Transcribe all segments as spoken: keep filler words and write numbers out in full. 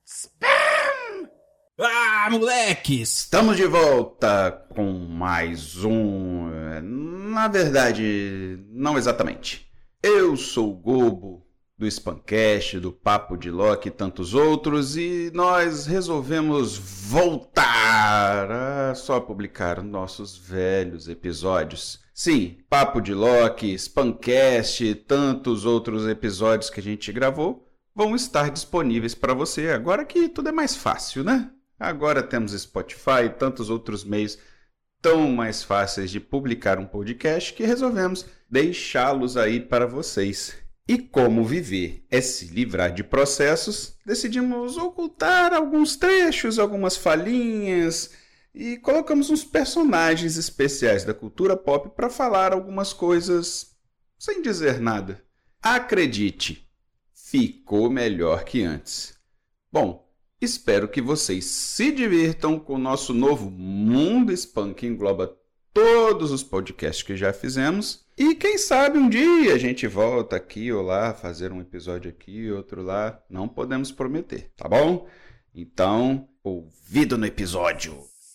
Spam! Ah, moleques! Estamos de volta com mais um... Na verdade, não exatamente. Eu sou o Gobo, do Spamcast, do Papo de Loki e tantos outros, e nós resolvemos voltar a só publicar nossos velhos episódios. Sim, Papo de Loki, Spamcast e tantos outros episódios que a gente gravou vão estar disponíveis para você, agora que tudo é mais fácil, né? Agora temos Spotify e tantos outros meios tão mais fáceis de publicar um podcast que resolvemos deixá-los aí para vocês. E como viver é se livrar de processos, decidimos ocultar alguns trechos, algumas falhinhas e colocamos uns personagens especiais da cultura pop para falar algumas coisas sem dizer nada. Acredite, ficou melhor que antes. Bom, espero que vocês se divirtam com o nosso novo Mundo Spam, que engloba todos os podcasts que já fizemos. E quem sabe um dia a gente volta aqui ou lá, fazer um episódio aqui, outro lá. Não podemos prometer, tá bom? Então, ouvido no episódio.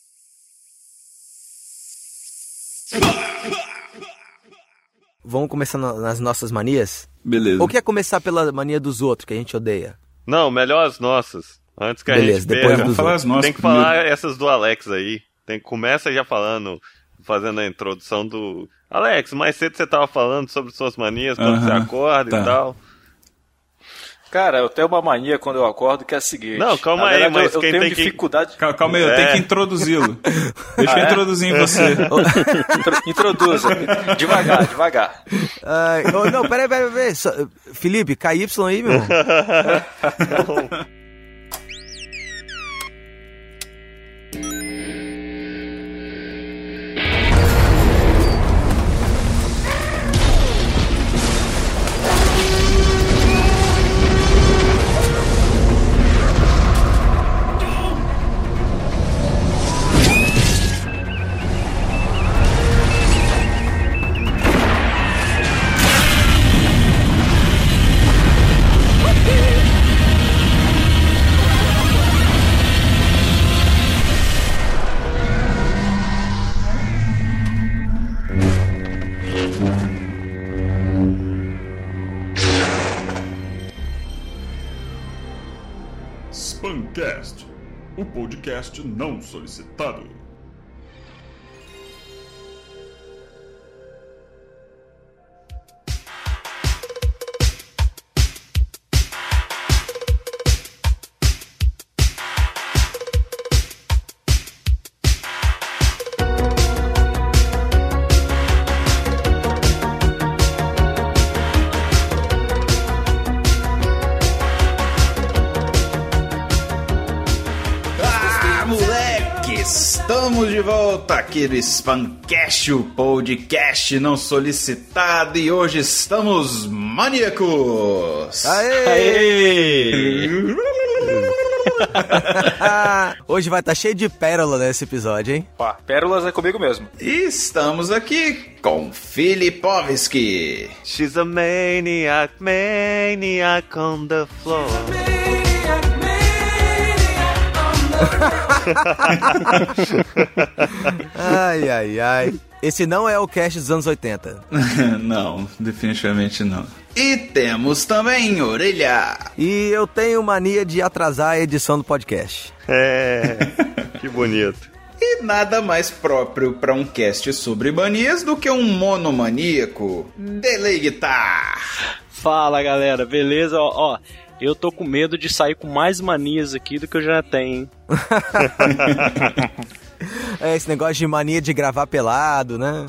Vamos começar nas nossas manias? Beleza. Ou quer começar pela mania dos outros, que a gente odeia? Não, melhor as nossas. Antes que a Beleza, gente depois perca. dos falar as nossas Tem que primeiro. falar essas do Alex aí. Tem, começa já falando, fazendo a introdução do... Alex, mais cedo você tava falando sobre suas manias quando Aham, você acorda tá. e tal. Cara, eu tenho uma mania quando eu acordo que é a seguinte. Não, calma Na aí, verdade, mas eu, eu quem tenho tem que- dificuldade. Calma, calma aí, eu É. tenho que introduzi-lo. Deixa Ah, eu é? introduzir em você. Intro- Introduza. devagar, devagar. Ai, oh, não, peraí, peraí, peraí. Só- Felipe, K Y aí, meu irmão. Spamcast, o podcast não solicitado. Ah, moleques! Estamos de volta aqui no Spamcast, o podcast não solicitado, e hoje estamos maníacos! Aê! Hoje vai estar cheio de pérola nesse episódio, hein? Pá, pérolas é comigo mesmo. E estamos aqui com Filipovski. She's a maniac, maniac on the floor. Ai, ai, ai. Esse não é o cast dos anos oitenta. Não, definitivamente não. E temos também Orelha. E eu tenho mania de atrasar a edição do podcast. É, que bonito. E nada mais próprio para um cast sobre manias do que um monomaníaco. Delay Guitar. Fala galera, beleza? Ó, ó, eu tô com medo de sair com mais manias aqui do que eu já tenho, hein? É esse negócio de mania de gravar pelado, né?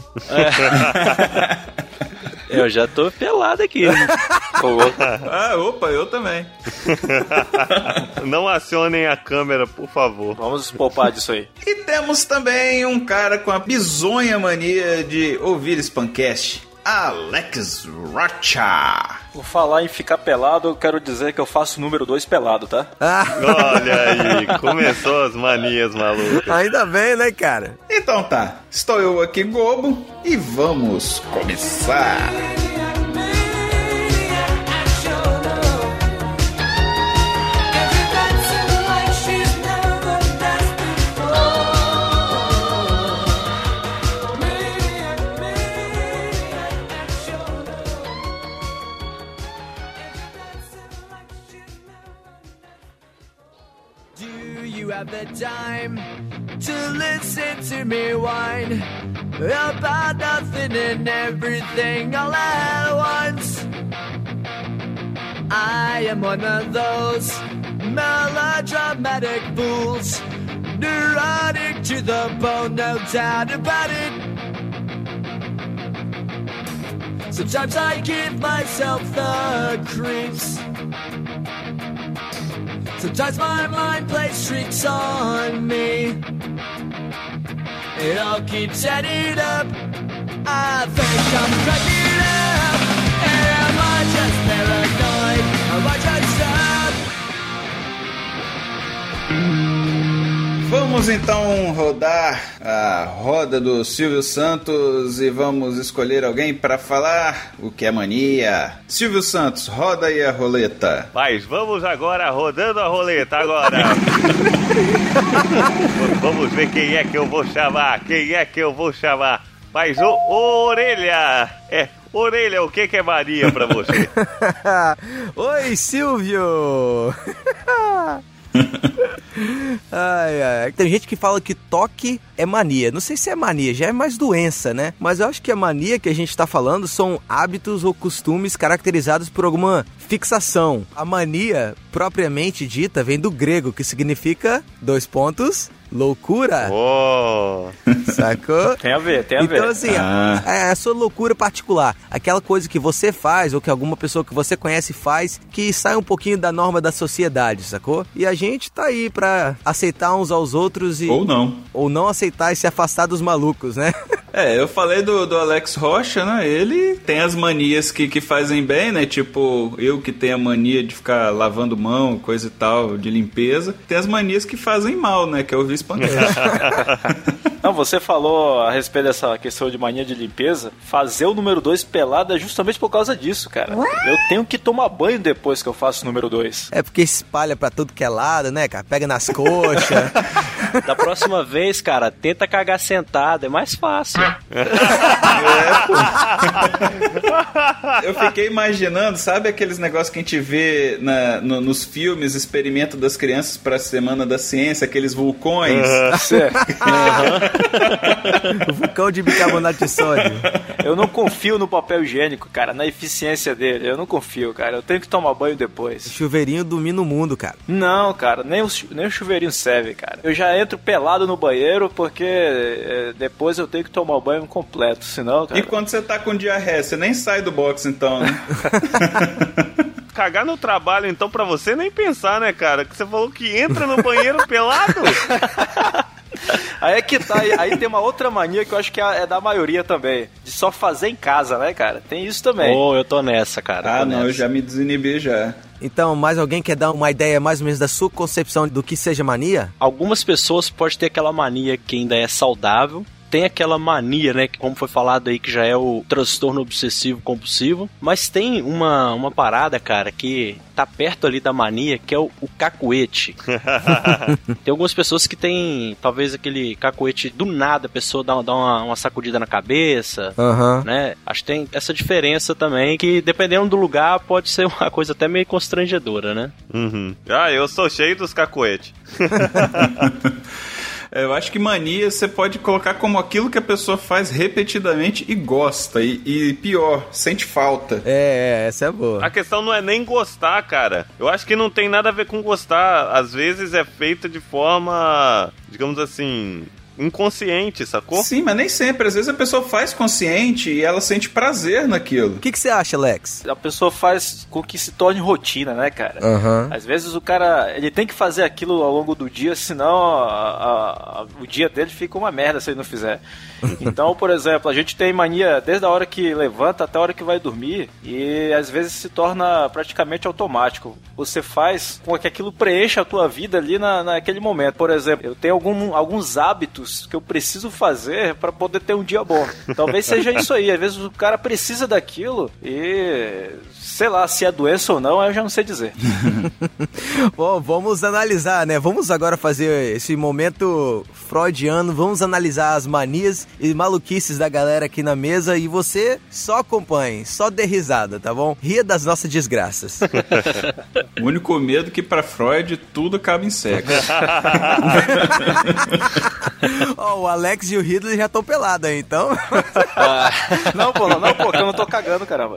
Eu já tô pelado aqui. Ah, opa, eu também. Não acionem a câmera, por favor. Vamos poupar disso aí. E temos também um cara com a bizonha mania de ouvir Spamcast. Alex Rocha. Por falar em ficar pelado, eu quero dizer que eu faço o número dois pelado, tá? Ah, Olha aí, começou as manias malucas. ainda bem, né, cara? Então tá, estou eu aqui, Gobo, e vamos começar. Do you have the time to listen to me whine about nothing and everything all at once? I am one of those melodramatic fools, neurotic to the bone, no doubt about it. Sometimes I give myself the creeps. Sometimes my mind plays tricks on me. It all keeps adding up. I think I'm cracking up. Am I just paranoid? Am I just up? Vamos então rodar a roda do Silvio Santos e vamos escolher alguém para falar o que é mania. Silvio Santos, roda aí a roleta. Mas vamos agora rodando a roleta agora. Vamos ver quem é que eu vou chamar, quem é que eu vou chamar. Mas o, o Orelha, é, Orelha, o que que é mania pra você? Oi, Silvio! Ai, ai. Tem gente que fala que toque é mania. Não sei se é mania, já é mais doença, né? Mas eu acho que a mania que a gente tá falando são hábitos ou costumes caracterizados por alguma fixação. A mania, propriamente dita, vem do grego, que significa, dois pontos, loucura. Oh. Sacou? Tem a ver, tem a então, ver. assim, Ah. é a sua loucura particular. Aquela coisa que você faz ou que alguma pessoa que você conhece faz que sai um pouquinho da norma da sociedade, sacou? E a gente tá aí pra aceitar uns aos outros e... Ou não. Ou não aceitar e se afastar dos malucos, né? É, eu falei do, do Alex Rocha, né? Ele tem as manias que, que fazem bem, né? Tipo, eu que tenho a mania de ficar lavando mão, coisa e tal, de limpeza. Tem as manias que fazem mal, né? Que é ouvir espancar. Não, você falou a respeito dessa questão de mania de limpeza. Fazer o número dois pelado é justamente por causa disso, cara. Eu tenho que tomar banho depois que eu faço o número dois. É porque espalha pra tudo que é lado, né, cara? Pega nas coxas. Da próxima vez, cara, tenta cagar sentado, é mais fácil. É, pô. Eu fiquei imaginando, sabe aqueles negócios que a gente vê na, no, nos filmes, experimento das crianças pra Semana da Ciência, aqueles vulcões? Uh, certo. O vulcão de bicarbonato de sódio. Eu não confio no papel higiênico, cara, na eficiência dele. Eu não confio, cara. Eu tenho que tomar banho depois. O chuveirinho domina o mundo, cara. Não, cara, nem o, nem o chuveirinho serve, cara. Eu já entro pelado no banheiro porque é, depois eu tenho que tomar o banho completo, senão, cara... E quando você tá com diarreia, você nem sai do box então, né? Cagar no trabalho, então, pra você nem pensar, né, cara? Que você falou que entra no banheiro pelado. Aí é que tá, aí tem uma outra mania que eu acho que é da maioria também, de só fazer em casa, né, cara? Tem isso também. Oh, eu tô nessa, cara. Ah, tô não, nessa. eu já me desinibi já. Então, mais alguém quer dar uma ideia mais ou menos da sua concepção do que seja mania? Algumas pessoas podem ter aquela mania que ainda é saudável. Tem aquela mania, né, que como foi falado aí, que já é o transtorno obsessivo compulsivo, mas tem uma, uma parada, cara, que tá perto ali da mania, que é o, o cacuete. Tem algumas pessoas que tem, talvez, aquele cacuete do nada, a pessoa dá, dá uma, uma sacudida na cabeça, Uhum. né? Acho que tem essa diferença também, que dependendo do lugar, pode ser uma coisa até meio constrangedora, né? Uhum. Ah, eu sou cheio dos cacuetes. Eu acho que mania você pode colocar como aquilo que a pessoa faz repetidamente e gosta. E, e pior, sente falta. É, é, essa é boa. A questão não é nem gostar, cara. Eu acho que não tem nada a ver com gostar. Às vezes é feita de forma, digamos assim, inconsciente, sacou? Sim, mas nem sempre. Às vezes a pessoa faz consciente e ela sente prazer naquilo. O que, que você acha, Alex? A pessoa faz com que se torne rotina, né, cara? Uhum. Às vezes o cara, ele tem que fazer aquilo ao longo do dia, senão a, a, a, o dia dele fica uma merda se ele não fizer. Então, por exemplo, a gente tem mania desde a hora que levanta até a hora que vai dormir e às vezes se torna praticamente automático. Você faz com que aquilo preencha a tua vida ali na, naquele momento. Por exemplo, eu tenho algum, alguns hábitos hábitos que eu preciso fazer pra poder ter um dia bom. Talvez seja isso aí. Às vezes o cara precisa daquilo e... sei lá, se é doença ou não, eu já não sei dizer. Bom, vamos analisar, né? Vamos agora fazer esse momento freudiano, vamos analisar as manias e maluquices da galera aqui na mesa e você só acompanhe, só dê risada, tá bom? Ria das nossas desgraças. O único medo é que pra Freud tudo acaba em sexo. Ó, oh, o Alex e o Ridley já estão pelados aí, então... Ah, não, pô, não, não, pô, que eu não tô cagando, caramba.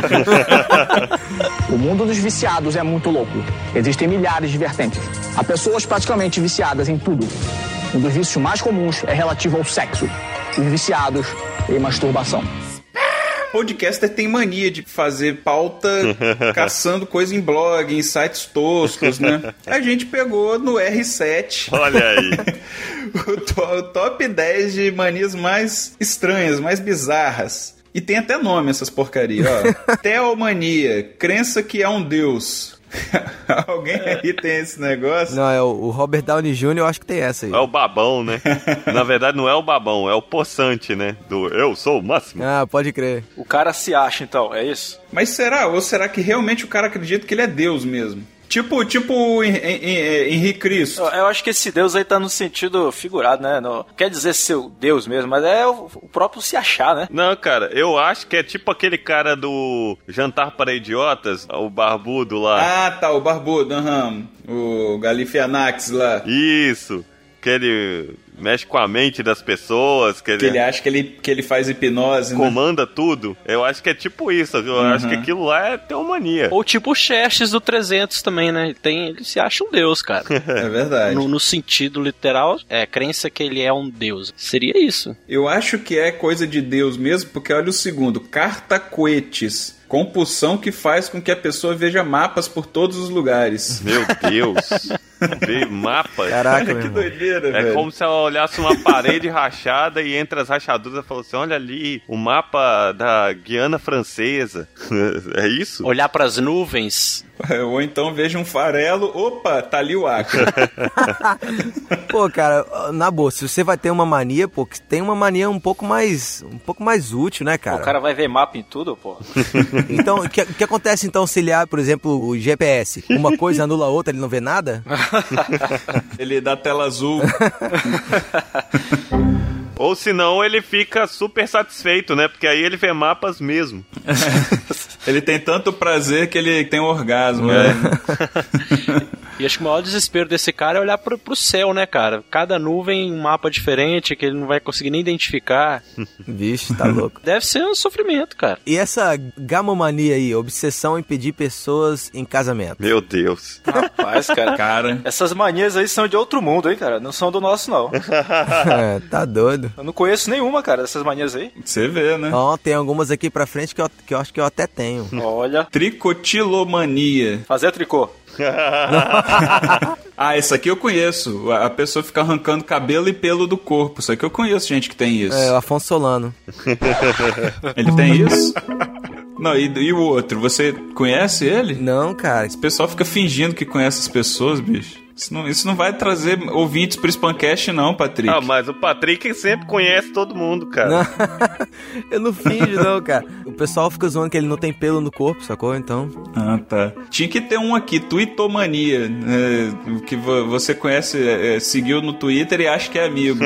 O mundo dos viciados é muito louco. Existem milhares de vertentes. Há pessoas praticamente viciadas em tudo. Um dos vícios mais comuns é relativo ao sexo. Os viciados em masturbação. Podcaster tem mania de fazer pauta caçando coisa em blog, em sites toscos, né? A gente pegou no R sete. Olha aí. o, to- o top dez de manias mais estranhas, mais bizarras. E tem até nome essas porcarias, ó. Teomania, crença que é um deus. Alguém aí tem esse negócio? Não, é o, o Robert Downey Júnior, eu acho que tem essa aí. É o babão, né? Na verdade não é o babão, é o poçante, né? Do eu sou o máximo. Ah, pode crer. O cara se acha, então, é isso? Mas será? Ou será que realmente o cara acredita que ele é Deus mesmo? Tipo, tipo o Hen- Hen- Henrique Cristo. Eu, eu acho que esse Deus aí tá no sentido figurado, né? Não quer dizer ser o Deus mesmo, mas é o, o próprio se achar, né? Não, cara, eu acho que é tipo aquele cara do Jantar para Idiotas, o barbudo lá. Ah, tá, o barbudo, aham. O Galifianax lá. Isso, que ele mexe com a mente das pessoas, que ele, Que ele acha que ele, que ele faz hipnose, né? comanda tudo. Eu acho que é tipo isso, eu Uhum. acho que aquilo lá é teomania. Ou tipo o Xerxes do trezentos também, né? Ele, tem, ele se acha um deus, cara. É verdade. No, no sentido literal, é crença que ele é um deus. Seria isso. Eu acho que é coisa de Deus mesmo, porque olha o segundo, cartacoetes, compulsão que faz com que a pessoa veja mapas por todos os lugares. Meu Deus. Ver mapas. Caraca, Olha meu que irmão. doideira, É velho. como se ela olhasse uma parede rachada e entre as rachaduras ela falou assim, olha ali, o mapa da Guiana Francesa. É isso? Olhar pras nuvens. Ou então veja um farelo, opa, tá ali o Acre. Pô, cara, na boa, se você vai ter uma mania, pô, que tem uma mania um pouco mais, um pouco mais útil, né, cara? O cara vai ver mapa em tudo, pô. Então, o que, o que acontece então se ele abre, por exemplo, o G P S? Uma coisa anula a outra, ele não vê nada? Ele dá tela azul. Ou senão ele fica super satisfeito, né? Porque aí ele vê mapas mesmo. Ele tem tanto prazer que ele tem um orgasmo. É. Né? E acho que o maior desespero desse cara é olhar pro, pro céu, né, cara? Cada nuvem, um mapa diferente, que ele não vai conseguir nem identificar. Vixe, tá louco. Deve ser um sofrimento, cara. E essa gamomania aí, obsessão em pedir pessoas em casamento? Meu Deus. Rapaz, cara. Cara, Essas manias aí são de outro mundo, hein, cara? Não são do nosso, não. É, tá doido. Eu não conheço nenhuma, cara, dessas manias aí. você vê, né? Ó, tem algumas aqui pra frente que eu, que eu acho que eu até tenho. Olha. Tricotilomania. Fazer tricô. Ah, isso aqui eu conheço. A pessoa fica arrancando cabelo e pelo do corpo. Isso aqui eu conheço gente que tem isso. É, o Afonso Solano. Ele tem isso? Não, e, e o outro? Você conhece ele? Não, cara. Esse pessoal fica fingindo que conhece as pessoas, bicho. Isso não, isso não vai trazer ouvintes pro Spancast, não, Patrick. Ah, mas o Patrick sempre conhece todo mundo, cara. Não, eu não finjo, não, cara. O pessoal fica zoando que ele não tem pelo no corpo, sacou? Então. Ah, tá. Tinha que ter um aqui, Twittomania, é, que vo- você conhece, é, é, seguiu no Twitter e acha que é amigo.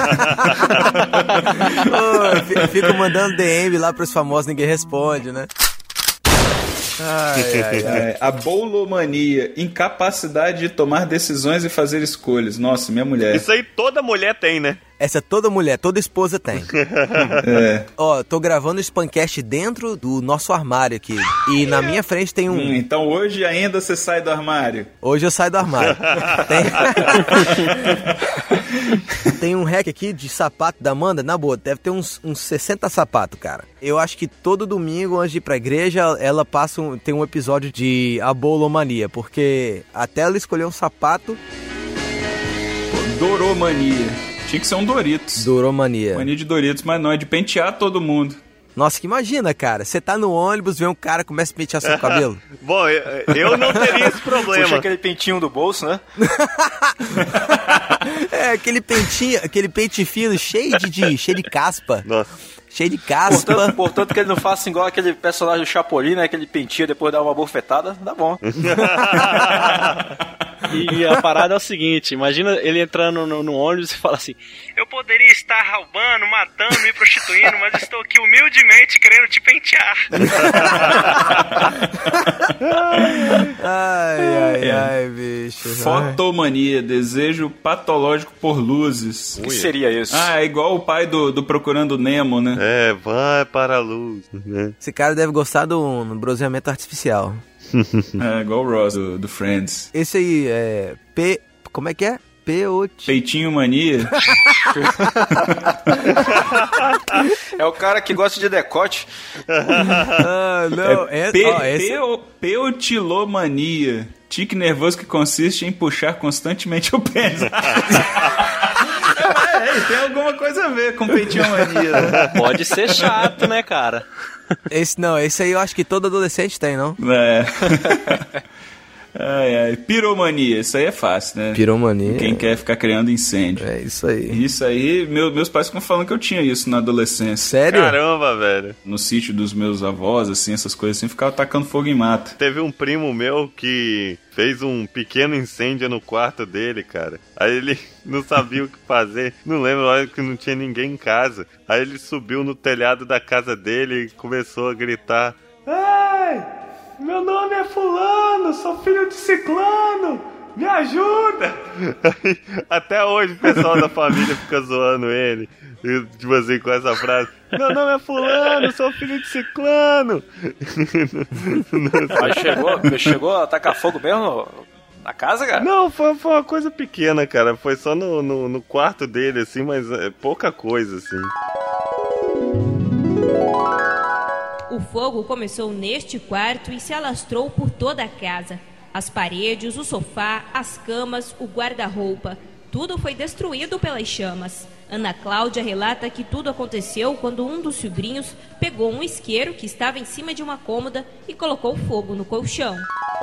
Ô, eu fi- eu fico mandando D M lá pros famosos, ninguém responde, né? Ai, ai, ai. É, a boulomania, incapacidade de tomar decisões e fazer escolhas. Nossa, minha mulher. Isso aí toda mulher tem, né? Essa toda mulher, toda esposa tem. É. Ó, tô gravando o Spancast dentro do nosso armário aqui. E na minha frente tem um... Hum, então hoje ainda você sai do armário. Hoje eu saio do armário. Tem... tem um rack aqui de sapato da Amanda, na boa, deve ter uns, uns sessenta sapatos, cara. Eu acho que todo domingo, antes de ir pra igreja, ela passa um, tem um episódio de abolomania, porque até ela escolher um sapato... Doromania. Tinha que ser um Doritos. Doromania. Mania de Doritos, mas não, é de pentear todo mundo. Nossa, que imagina, cara. Você tá no ônibus, vê um cara começa a pentear seu cabelo. Bom, eu, eu não teria esse problema. Puxa aquele pentinho do bolso, né? É, aquele pentinho, aquele pente fino cheio de, de, cheio de caspa. Nossa. Cheio de caspa. Portanto, portanto que ele não faça igual aquele personagem do Chapolin, né? Aquele pentinho depois dá uma bofetada, dá bom. E a parada é o seguinte, imagina ele entrando no, no ônibus e fala assim: eu poderia estar roubando, matando, me prostituindo, mas estou aqui humildemente querendo te pentear. Ai, ai, ai, bicho. Fotomania, desejo patológico por luzes. O que seria isso? Ah, é igual o pai do, do Procurando Nemo, né? É, vai para a luz. Né? Esse cara deve gostar do, do bronzeamento artificial. É, igual o Ross do, do Friends. Esse aí é P... Como é que é? P-O-T... Peitinho mania. É o cara que gosta de decote. Ah, não. É É, pe, ó, esse... peo, peotilomania. Tique nervoso que consiste em puxar constantemente o pênis. É, tem alguma coisa a ver com peitinho mania, né? Pode ser chato, né, cara? Esse não, esse aí eu acho que todo adolescente tem, não? É. Ai, ai. Piromania, isso aí é fácil, né? Piromania. Quem quer ficar criando incêndio. É isso aí. Isso aí, meu, meus pais ficam falando que eu tinha isso na adolescência. Sério? Caramba, velho. No sítio dos meus avós, assim, essas coisas assim, ficava tacando fogo em mata. Teve um primo meu que fez um pequeno incêndio no quarto dele, cara. Aí ele não sabia o que fazer. Não lembro, olha que não tinha ninguém em casa. Aí ele subiu no telhado da casa dele e começou a gritar: ai, meu nome é fulano, sou filho de ciclano, me ajuda! Aí, até hoje o pessoal da família fica zoando ele. E, tipo assim, com essa frase: meu nome é fulano, sou filho de ciclano. Mas chegou, chegou a tacar fogo mesmo na casa, cara? Não, foi, foi uma coisa pequena, cara. Foi só no, no, no quarto dele, assim, mas é pouca coisa, assim. O fogo começou neste quarto e se alastrou por toda a casa. As paredes, o sofá, as camas, o guarda-roupa, tudo foi destruído pelas chamas. Ana Cláudia relata que tudo aconteceu quando um dos sobrinhos pegou um isqueiro que estava em cima de uma cômoda e colocou fogo no colchão.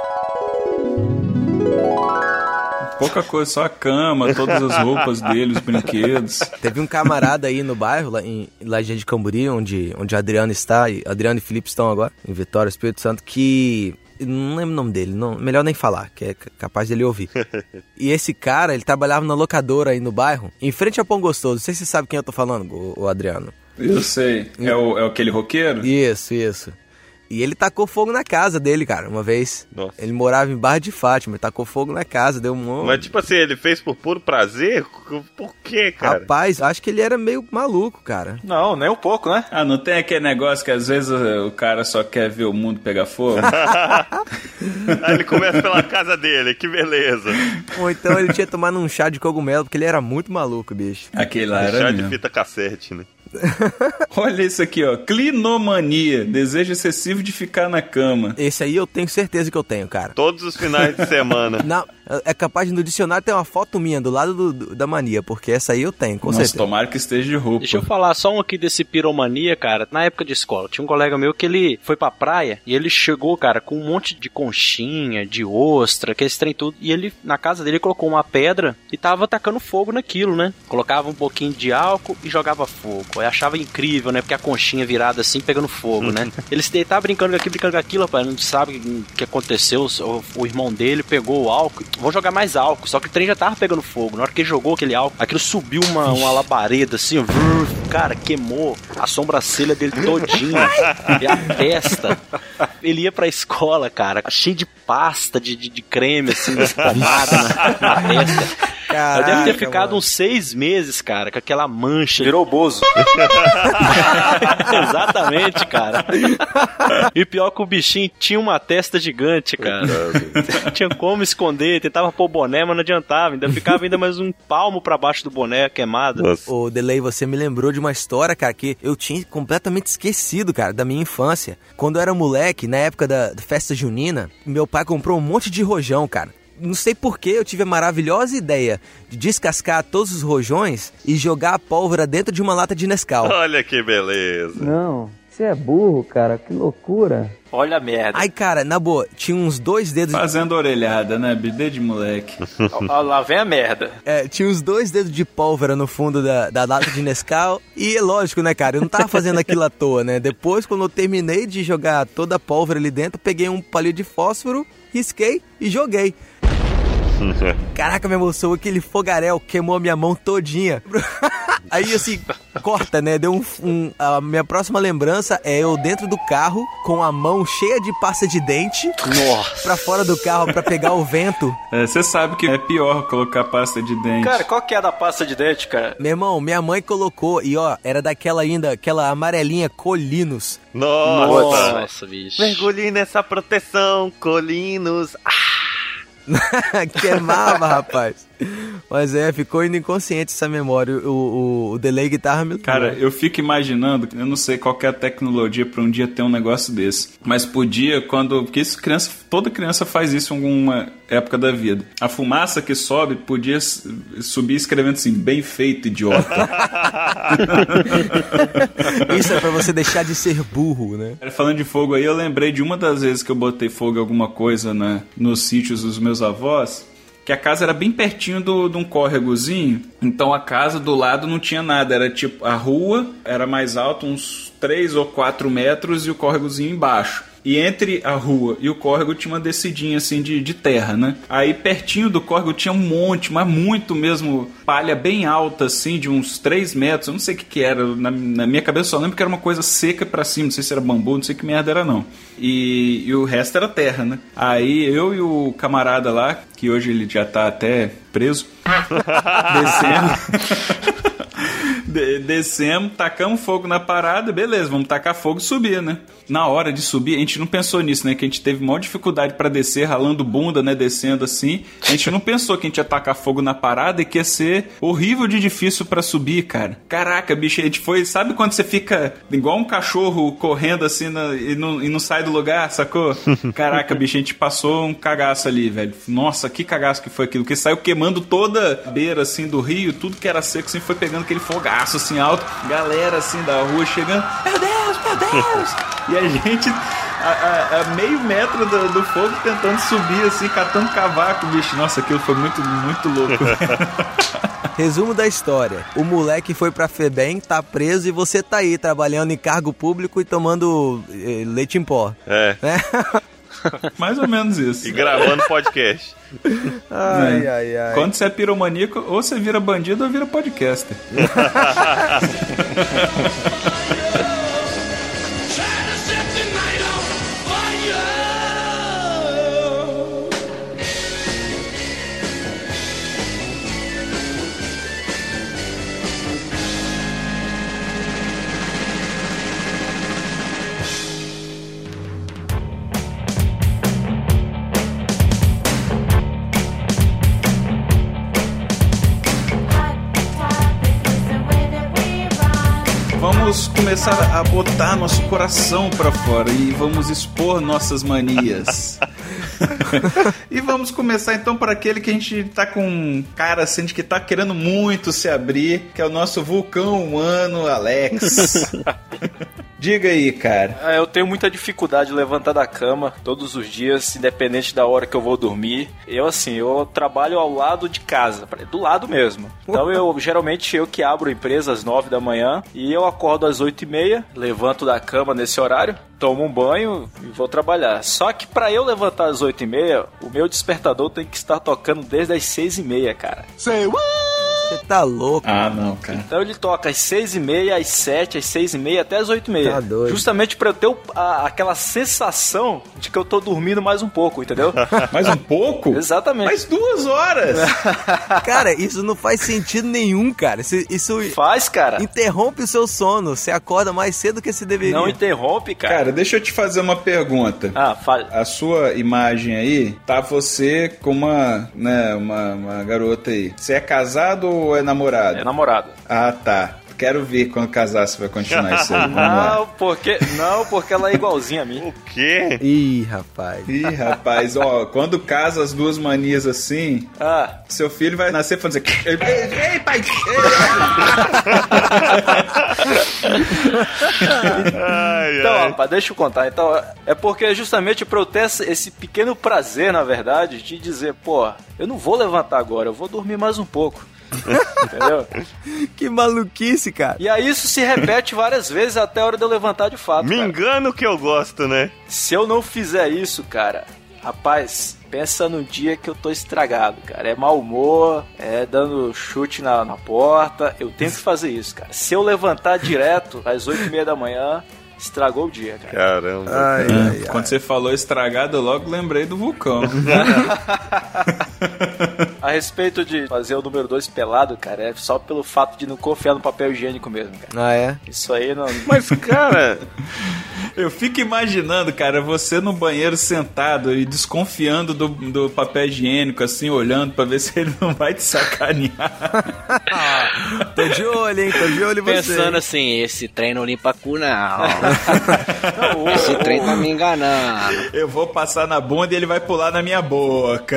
Pouca coisa, só a cama, todas as roupas dele, os brinquedos. Teve um camarada aí no bairro, lá em Lajeado de Camburi, onde, onde a Adriana está, e Adriana e Felipe estão agora, em Vitória, Espírito Santo, que... não lembro o nome dele, não, melhor nem falar, que é capaz dele ouvir. E esse cara, ele trabalhava na locadora aí no bairro, em frente a Pão Gostoso. Não sei se você sabe quem eu tô falando, o, o Adriano. Eu sei. É, o, é aquele roqueiro? Isso, isso. E ele tacou fogo na casa dele, cara, uma vez. Nossa. Ele morava em Barra de Fátima, ele tacou fogo na casa, deu um... Mas tipo assim, ele fez por puro prazer? Por quê, cara? Rapaz, acho que ele era meio maluco, cara. Não, nem um pouco, né? Ah, não tem aquele negócio que às vezes o cara só quer ver o mundo pegar fogo? Aí ele começa pela casa dele, que beleza. Ou então ele tinha tomado um chá de cogumelo, porque ele era muito maluco, bicho. Aquele lá era Chá mesmo. de fita cassete, né? Olha isso aqui, ó. Clinomania. Desejo excessivo de ficar na cama. Esse aí eu tenho certeza que eu tenho, cara. Todos os finais de semana. Não, é capaz de no dicionário ter uma foto minha do lado do, do, da mania, porque essa aí eu tenho, com Nossa, certeza. tomara que esteja de roupa. Deixa eu falar só um aqui desse piromania, cara. Na época de escola, tinha um colega meu que ele foi pra praia e ele chegou, cara, com um monte de conchinha, de ostra, aquele trem tudo. E ele, na casa dele, colocou uma pedra e tava tacando fogo naquilo, né? Colocava um pouquinho de álcool e jogava fogo. Eu achava incrível, né? Porque a conchinha virada assim, pegando fogo, né? Ele se tava brincando com aquilo, brincando com aquilo, rapaz. Não sabe o que aconteceu. O, o irmão dele pegou o álcool. Vou jogar mais álcool. Só que o trem já tava pegando fogo. Na hora que ele jogou aquele álcool, aquilo subiu uma, uma labareda assim, vrr, cara, queimou a sobrancelha dele todinha e a testa. Ele ia pra escola, cara, cheio de pasta, de, de, de creme, assim, espumada na, na testa. Caraca, eu devo ter ficado mano. uns seis meses, cara, com aquela mancha. Virou Bozo. Exatamente, cara. E pior que o bichinho tinha uma testa gigante, cara. Tinha como esconder, tentava pôr boné, mas não adiantava. Ainda ficava ainda mais um palmo pra baixo do boné queimado. Ô, Delay, você me lembrou de uma história, cara, que eu tinha completamente esquecido, cara, da minha infância. Quando eu era moleque, na época da, da festa junina, meu pai comprou um monte de rojão, cara. Não sei porquê, eu tive a maravilhosa ideia de descascar todos os rojões e jogar a pólvora dentro de uma lata de Nescau. Olha que beleza. Não, Você é burro, cara, que loucura. Olha a merda. Ai, cara, na boa, tinha uns dois dedos... Fazendo orelhada, né? Bidê de moleque. Ó, lá vem a merda. É, tinha uns dois dedos de pólvora no fundo da, da lata de Nescau. E é lógico, né, cara, eu não tava fazendo aquilo à toa, né? Depois, quando eu terminei de jogar toda a pólvora ali dentro, peguei um palito de fósforo, risquei e joguei. Caraca, meu irmão, sou aquele fogaréu, queimou a minha mão todinha. Aí, assim, corta, né? Deu um, um... A minha próxima lembrança é eu dentro do carro, com a mão cheia de pasta de dente. Nossa. Pra fora do carro, pra pegar o vento. Você é, sabe que é pior colocar pasta de dente. Cara, qual que é a da pasta de dente, cara? Meu irmão, minha mãe colocou, e ó, era daquela ainda, aquela amarelinha Colinos. Nossa, Nossa, bicho. Mergulhe nessa proteção, Colinos. Ah! Queimava, rapaz. Mas é, ficou indo inconsciente essa memória. O, o, o delay guitarra me... Cara, eu fico imaginando, eu não sei qual que é a tecnologia pra um dia ter um negócio desse, mas podia, quando... Porque isso, criança, toda criança faz isso em alguma época da vida. A fumaça que sobe podia subir escrevendo assim, bem feito, idiota. Isso é pra você deixar de ser burro, né? Falando de fogo aí, eu lembrei de uma das vezes que eu botei fogo em alguma coisa, né, nos sítios dos meus avós, que a casa era bem pertinho do, de um córregozinho, então a casa do lado não tinha nada, era tipo, a rua era mais alta, uns três ou quatro metros, e o córregozinho embaixo. E entre a rua e o córrego tinha uma descidinha assim de, de terra, né? Aí pertinho do córrego tinha um monte, mas muito mesmo, palha bem alta assim, de uns três metros, eu não sei o que que era, na, na minha cabeça só lembro que era uma coisa seca pra cima, não sei se era bambu, não sei que merda era não. E, e o resto era terra, né? Aí eu e o camarada lá, que hoje ele já tá até preso, descendo... Descemos, tacamos fogo na parada, beleza, vamos tacar fogo e subir, né? Na hora de subir, a gente não pensou nisso, né? Que a gente teve maior dificuldade pra descer, ralando bunda, né? Descendo assim. A gente não pensou que a gente ia tacar fogo na parada e que ia ser horrível de difícil pra subir, cara. Caraca, bicho, a gente foi... Sabe quando você fica igual um cachorro correndo assim na, e, não, e não sai do lugar, sacou? Caraca, bicho, a gente passou um cagaço ali, velho. Nossa, que cagaço que foi aquilo. Que saiu queimando toda a beira, assim, do rio. Tudo que era seco, assim, foi pegando aquele fogaço, assim, alto. Galera, assim, da rua chegando. Meu Deus, meu Deus! E a gente, a, a, a meio metro do, do fogo, tentando subir, assim, catando cavaco, bicho. Nossa, aquilo foi muito, muito louco. Resumo da história. O moleque foi pra Febem, tá preso, e você tá aí, trabalhando em cargo público e tomando eh, leite em pó. É. Né? Mais ou menos isso. E gravando podcast. Ai, ai, ai. Quando você é piromaníaco, ou você vira bandido ou vira podcaster. Vamos começar a botar nosso coração pra fora e vamos expor nossas manias. E vamos começar então por aquele que a gente tá com cara assim de que tá querendo muito se abrir, que é o nosso vulcão humano, Alex. Diga aí, cara. Eu tenho muita dificuldade de levantar da cama todos os dias, independente da hora que eu vou dormir. Eu, assim, eu trabalho ao lado de casa, do lado mesmo. Então, eu geralmente eu que abro a empresa às nove da manhã e eu acordo às oito e meia, levanto da cama nesse horário, tomo um banho e vou trabalhar. Só que pra eu levantar às oito e meia, o meu despertador tem que estar tocando desde as seis e meia, cara. Say what? Você tá louco. Ah, não, cara. Então ele toca às seis e meia, às sete, às seis e meia, até às oito e meia. Tá doido. Justamente pra eu ter o, a, aquela sensação de que eu tô dormindo mais um pouco, entendeu? Mais um pouco? Exatamente. Mais duas horas. Cara, isso não faz sentido nenhum, cara. Isso, isso faz, cara. Interrompe o seu sono. Você acorda mais cedo do que você deveria. Não interrompe, cara. Cara, deixa eu te fazer uma pergunta. Ah, fale. A sua imagem aí, tá você com uma, né, uma, uma garota aí. Você é casado ou é namorado? É namorado. Ah, tá. quero ver quando casar se vai continuar isso aí. Vamos lá. Não, porque, não, porque ela é igualzinha a mim. O quê? Ih, rapaz. Ih, rapaz, ó, quando casa as duas manias assim, Ah, seu filho vai nascer falando assim, ei, ei, ei, pai! Ai, então, ai. rapaz, deixa eu contar. Então, é porque justamente pra eu ter esse pequeno prazer, na verdade, de dizer, pô, eu não vou levantar agora, eu vou dormir mais um pouco. Entendeu? Que maluquice, cara. E aí isso se repete várias vezes até a hora de eu levantar de fato. Me cara. engano que eu gosto, né? Se eu não fizer isso, cara, rapaz, pensa no dia que eu tô estragado, cara. É mau humor, é dando chute na, na porta. Eu tenho que fazer isso, cara. Se eu levantar direto às oito e meia da manhã, estragou o dia, cara. Caramba. Ai, É, ai, quando ai. você falou estragado, eu logo lembrei do vulcão. A respeito de fazer o número dois pelado, cara, é só pelo fato de não confiar no papel higiênico mesmo, cara. Ah, é? Isso aí não... Mas, cara, Eu fico imaginando, cara, você no banheiro sentado e desconfiando do, do papel higiênico, assim, olhando pra ver se ele não vai te sacanear. Tô de olho, hein? Tô de olho em você. Pensando assim, esse trem não limpa cu, não. Esse trem tá me enganando. Eu vou passar na bunda e ele vai pular na minha boca.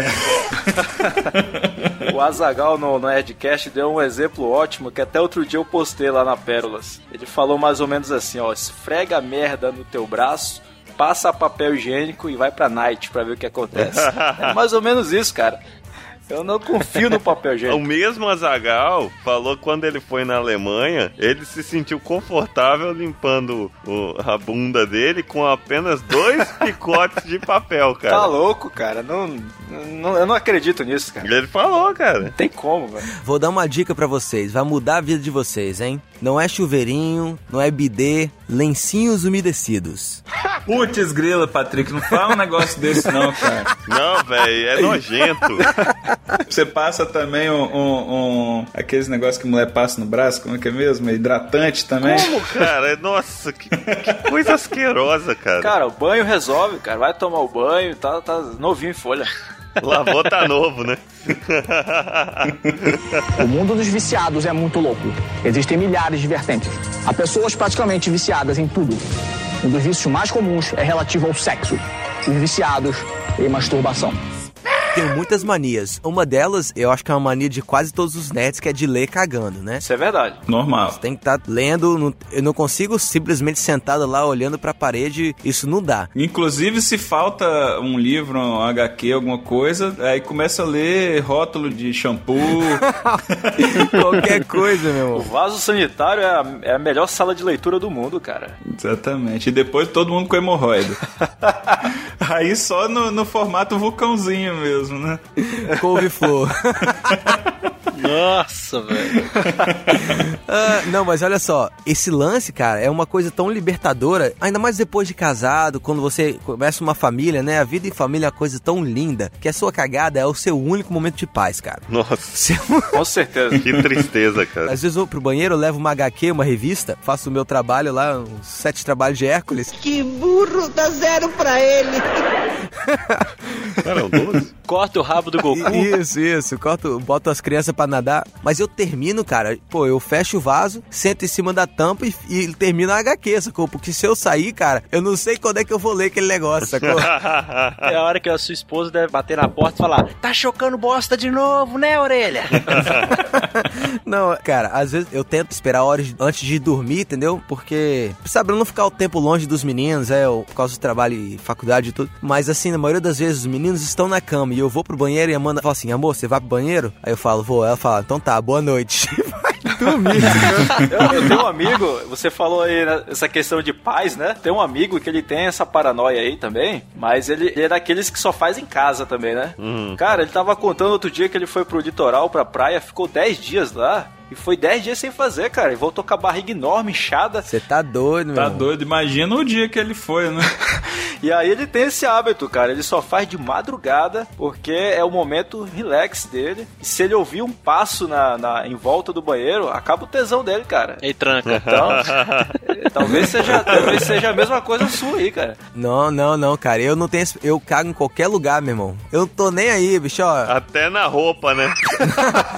O Azaghal no, no Nerdcast deu um exemplo ótimo que até outro dia eu postei lá na Pérolas. Ele falou mais ou menos assim, ó, esfrega a merda no teu braço, passa papel higiênico e vai pra night pra ver o que acontece. É mais ou menos isso, cara. Eu não confio no papel o higiênico. mesmo Azaghal falou que quando ele foi na Alemanha, ele se sentiu confortável limpando o- a bunda dele com apenas dois picotes de papel, cara. Tá louco, cara. Não, não, eu não acredito nisso, cara. Ele falou, cara. Não tem como, velho. Vou dar uma dica pra vocês, vai mudar a vida de vocês, hein? Não é chuveirinho, não é bidê, lencinhos umedecidos. Putz, grila, Patrick, não fala um negócio desse não, cara. Não, velho, é nojento. Você passa também um, um, um- aqueles negócios que mulher passa no braço, como é que é mesmo? É hidratante também? Como, cara? Nossa, que, que coisa asquerosa, cara. Cara, o banho resolve, cara. Vai tomar o banho, tá, tá novinho em folha. Lavou tá novo, né? O mundo dos viciados é muito louco. Existem milhares de vertentes. Há pessoas praticamente viciadas em tudo. Um dos vícios mais comuns é relativo ao sexo. Os viciados em masturbação. Tenho muitas manias. Uma delas, eu acho que é uma mania de quase todos os nerds, que é de ler cagando, né? Isso é verdade. Normal. Tem que estar lendo, não- eu não consigo simplesmente sentado lá olhando pra parede, isso não dá. Inclusive, se falta um livro, um H Q, alguma coisa, aí começa a ler rótulo de shampoo. Qualquer coisa, meu O irmão. vaso sanitário é a, é a melhor sala de leitura do mundo, cara. Exatamente. E depois todo mundo com hemorroida. Aí só no, no formato vulcãozinho mesmo, né? Couve-flor. Nossa, velho. Ah, não, mas olha só, esse lance, cara, é uma coisa tão libertadora, ainda mais depois de casado, quando você começa uma família, né? A vida em família é uma coisa tão linda, que a sua cagada é o seu único momento de paz, cara. Nossa, Seu- Com certeza. que tristeza, cara. Às vezes eu vou pro banheiro, eu levo uma H Q, uma revista, faço o meu trabalho lá, uns sete trabalhos de Hércules. Que burro, dá zero pra ele. Cara, um doze? Corta o rabo do Goku. Isso, isso, corto, boto as crianças pra nadar, mas eu termino, cara, pô, eu fecho o vaso, sento em cima da tampa e, e termino a H Q, sacou? Porque se eu sair, cara, eu não sei quando é que eu vou ler aquele negócio, sacou? É a hora que a sua esposa deve bater na porta e falar: tá chocando bosta de novo, né, orelha? Não, cara, às vezes eu tento esperar horas antes de dormir, entendeu? Porque, sabe, eu não ficar o tempo longe dos meninos, é, por causa do trabalho e faculdade e tudo. Mas assim, na maioria das vezes os meninos estão na cama e eu vou pro banheiro e a Amanda fala assim: amor, você vai pro banheiro? Aí eu falo: vou. Ela fala: então tá, boa noite. Vai dormir. Eu, eu tenho um amigo, você falou aí né, essa questão de paz, né? Tem um amigo que ele tem essa paranoia aí também, mas ele, ele é daqueles que só faz em casa também, né? Hum. Cara, ele tava contando outro dia que ele foi pro litoral, pra praia, ficou dez dias lá. E foi dez dias sem fazer, cara. E voltou com a barriga enorme, inchada. Você tá doido, meu Tá irmão. doido? Imagina o dia que ele foi, né? E aí ele tem esse hábito, cara. Ele só faz de madrugada, porque é o momento relax dele. E se ele ouvir um passo na, na, em volta do banheiro, acaba o tesão dele, cara. E tranca. Então, eh, talvez seja, talvez seja a mesma coisa sua aí, cara. Não, não, não, cara. Eu não tenho. esse- Eu cago em qualquer lugar, meu irmão. Eu não tô nem aí, bicho, ó. Até na roupa, né?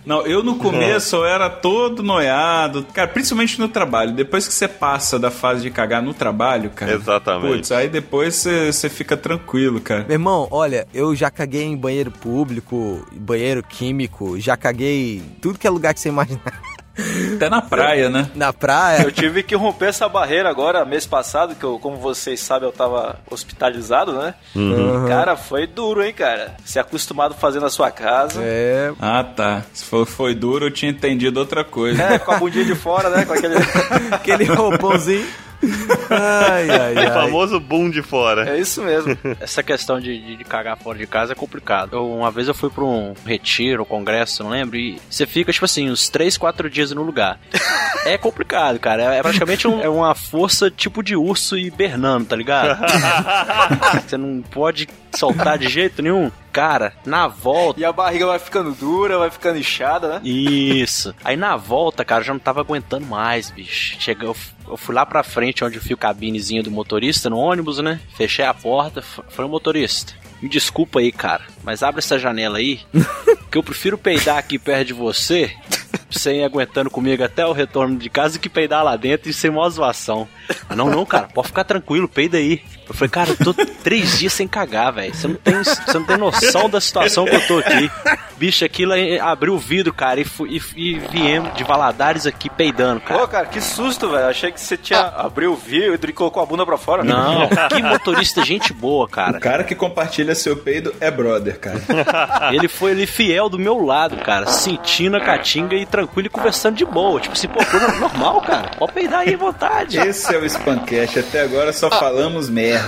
Não, eu no começo eu era todo noiado, cara, principalmente no trabalho. Depois que você passa da fase de cagar no trabalho, cara. Exatamente. Putz, aí depois você, você fica tranquilo, cara. Meu irmão, olha, eu já caguei em banheiro público, banheiro químico, já caguei em tudo que é lugar que você imaginar. Até na praia, né? Na praia. Eu tive que romper essa barreira agora, mês passado, que eu, como vocês sabem, eu tava hospitalizado, né? Uhum. Cara, foi duro, hein, cara? Se acostumado a fazer na sua casa. É. Ah, tá. Se for, foi duro, eu tinha entendido outra coisa. É, com a bundinha de fora, né? Com aquele... aquele roupãozinho. Ai, ai, ai. O famoso boom de fora. É isso mesmo. Essa questão de, de, de cagar fora de casa é complicado. Eu, uma vez eu fui pra um retiro, um congresso, não lembro, e você fica, tipo assim, uns três, quatro dias no lugar. É complicado, cara. É praticamente um, é uma força tipo de urso hibernando, tá ligado? Você não pode soltar de jeito nenhum. Cara, na volta... E a barriga vai ficando dura, vai ficando inchada, né? Isso. Aí na volta, cara, eu já não tava aguentando mais, bicho. Chegou... Eu fui lá pra frente, onde eu fui o cabinezinho do motorista, no ônibus, né? Fechei a porta, falei, motorista, me desculpa aí, cara, mas abre essa janela aí, que eu prefiro peidar aqui perto de você, você ir aguentando comigo até o retorno de casa, que peidar lá dentro e sem mó zoação. Mas não, não, cara, pode ficar tranquilo, peida aí. Eu falei, cara, eu tô três dias sem cagar, velho. Você não tem, você não tem noção da situação que eu tô aqui. Bicho, aquilo abriu o vidro, cara, e, fui, e, e viemos de Valadares aqui peidando, cara. Pô, cara, que susto, velho. Achei que você tinha abriu o vidro e colocou a bunda pra fora. Não, que motorista gente boa, cara. O cara que compartilha seu peido é brother, cara. Ele foi ali fiel do meu lado, cara, sentindo a caatinga e tranquilo e conversando de boa. Tipo, se pô, normal, cara. Pode peidar aí à vontade. Esse é o Spancast. Até agora só falamos merda.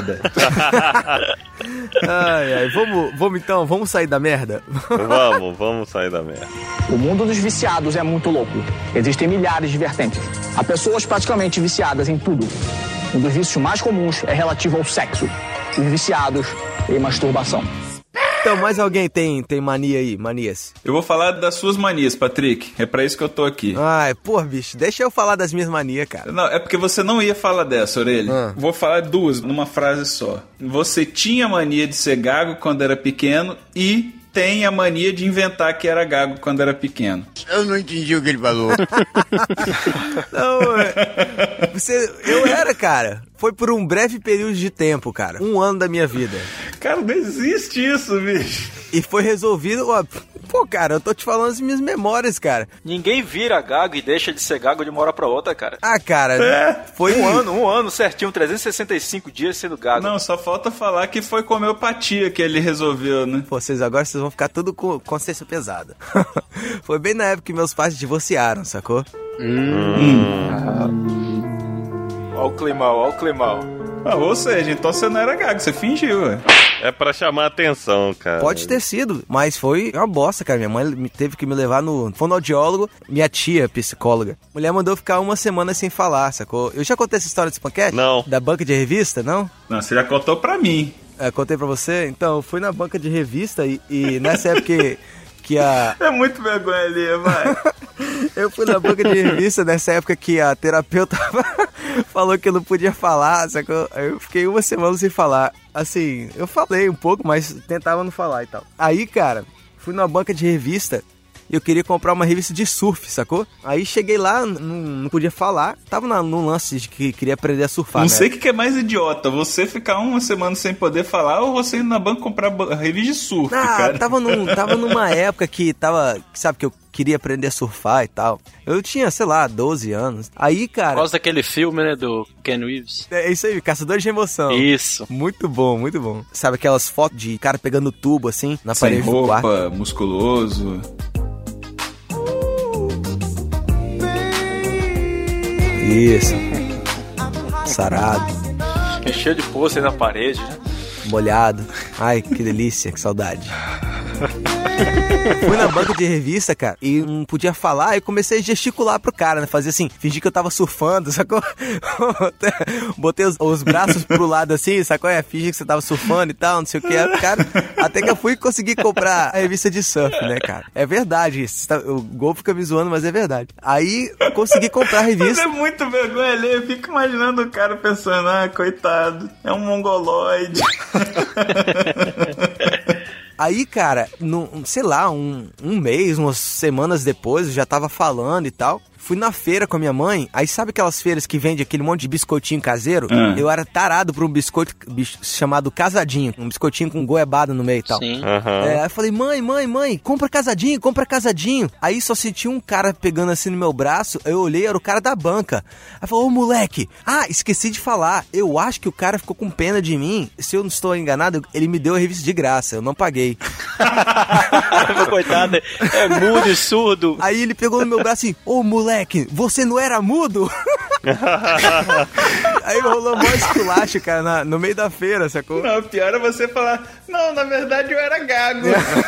Ai, ai, vamos, vamos então, vamos sair da merda? Vamos, vamos sair da merda. O mundo dos viciados é muito louco. Existem milhares de vertentes. Há pessoas praticamente viciadas em tudo. Um dos vícios mais comuns é relativo ao sexo. Os viciados em masturbação. Então, mais alguém tem, tem mania aí, manias? Eu vou falar das suas manias, Patrick. É pra isso que eu tô aqui. Ai, pô, bicho, deixa eu falar das minhas manias, cara. Não, é porque você não ia falar dessa, Orelha. Ah. Vou falar duas numa frase só. Você tinha mania de ser gago quando era pequeno e tem a mania de inventar que era gago quando era pequeno. Eu não entendi o que ele falou. Não, é, você, eu era, cara. Foi por um breve período de tempo, cara. Um ano da minha vida. Cara, não existe isso, bicho. E foi resolvido, ó. Pô, cara, eu tô te falando as minhas memórias, cara. Ninguém vira gago e deixa de ser gago de uma hora pra outra, cara. Ah, cara, é. foi um ano, um ano certinho, trezentos e sessenta e cinco dias sendo gago. Não, só falta falar que foi com homeopatia que ele resolveu, né? Pô, vocês agora vocês vão ficar tudo com consciência pesada. Foi bem na época que meus pais divorciaram, sacou? Hum. hum. Ó o climão, ó o climão. Ah, ou seja, então você não era gago, você fingiu, ué. É pra chamar atenção, cara. Pode ter sido, mas foi uma bosta, cara. Minha mãe teve que me levar no fonoaudiólogo, minha tia, psicóloga. Mulher mandou ficar uma semana sem falar, sacou? Eu já contei essa história do Spancast? Não. Da banca de revista, não? Não, você já contou pra mim. É, contei pra você? Então, eu fui na banca de revista e, e nessa época que, que a... É muito vergonha ali, vai. Eu fui na banca de revista nessa época que a terapeuta falou que eu não podia falar, sacou? Aí eu fiquei uma semana sem falar. Assim, eu falei um pouco, mas tentava não falar e tal. Aí, cara, fui numa banca de revista e eu queria comprar uma revista de surf, sacou? Aí cheguei lá, não, não podia falar. Tava na, no lance de que queria aprender a surfar, Não né? sei o que é mais idiota, você ficar uma semana sem poder falar ou você ir na banca comprar revista de surf, ah, cara. Tava, num, tava numa época que tava, sabe, que eu queria aprender a surfar e tal. Eu tinha, sei lá, doze anos. Aí, cara... Por causa daquele filme, né, do Ken Reeves. É isso aí, Caçadores de Emoção. Isso. Muito bom, muito bom. Sabe aquelas fotos de cara pegando tubo, assim, na Sem parede roupa, do quarto? musculoso. Isso. Sarado. É cheio de poça aí na parede, né? Molhado. Ai, que delícia, que saudade. Fui na banca de revista, cara, e não podia falar, e comecei a gesticular pro cara, né? Fazer assim, fingir que eu tava surfando, sacou? Botei os, os braços pro lado assim, sacou? É, fingi que você tava surfando e tal, não sei o que. Cara, até que eu fui conseguir comprar a revista de surf, né, cara? É verdade isso. O Gol fica me zoando, mas é verdade. Aí, consegui comprar a revista. Mas é muito vergonha ali, eu fico imaginando o cara pensando, ah, coitado, é um mongoloide. Aí, cara, no, sei lá, um, um mês, umas semanas depois, eu já tava falando e tal. Fui na feira com a minha mãe, aí sabe aquelas feiras que vende aquele monte de biscoitinho caseiro? Hum. Eu era tarado por um biscoito bis, chamado Casadinho, um biscoitinho com goiabada no meio e tal. Sim. Uhum. É, aí eu falei, mãe, mãe, mãe, compra Casadinho, compra Casadinho. Aí só senti um cara pegando assim no meu braço, eu olhei, era o cara da banca. Aí falou, ô moleque, ah, esqueci de falar, eu acho que o cara ficou com pena de mim, se eu não estou enganado, ele me deu a revista de graça, eu não paguei. Coitado, é mudo e surdo. Aí ele pegou no meu braço assim, ô moleque, você não era mudo? Aí rolou mó esculacho, cara, na, no meio da feira, sacou? Não, pior é você falar, não, na verdade eu era gago.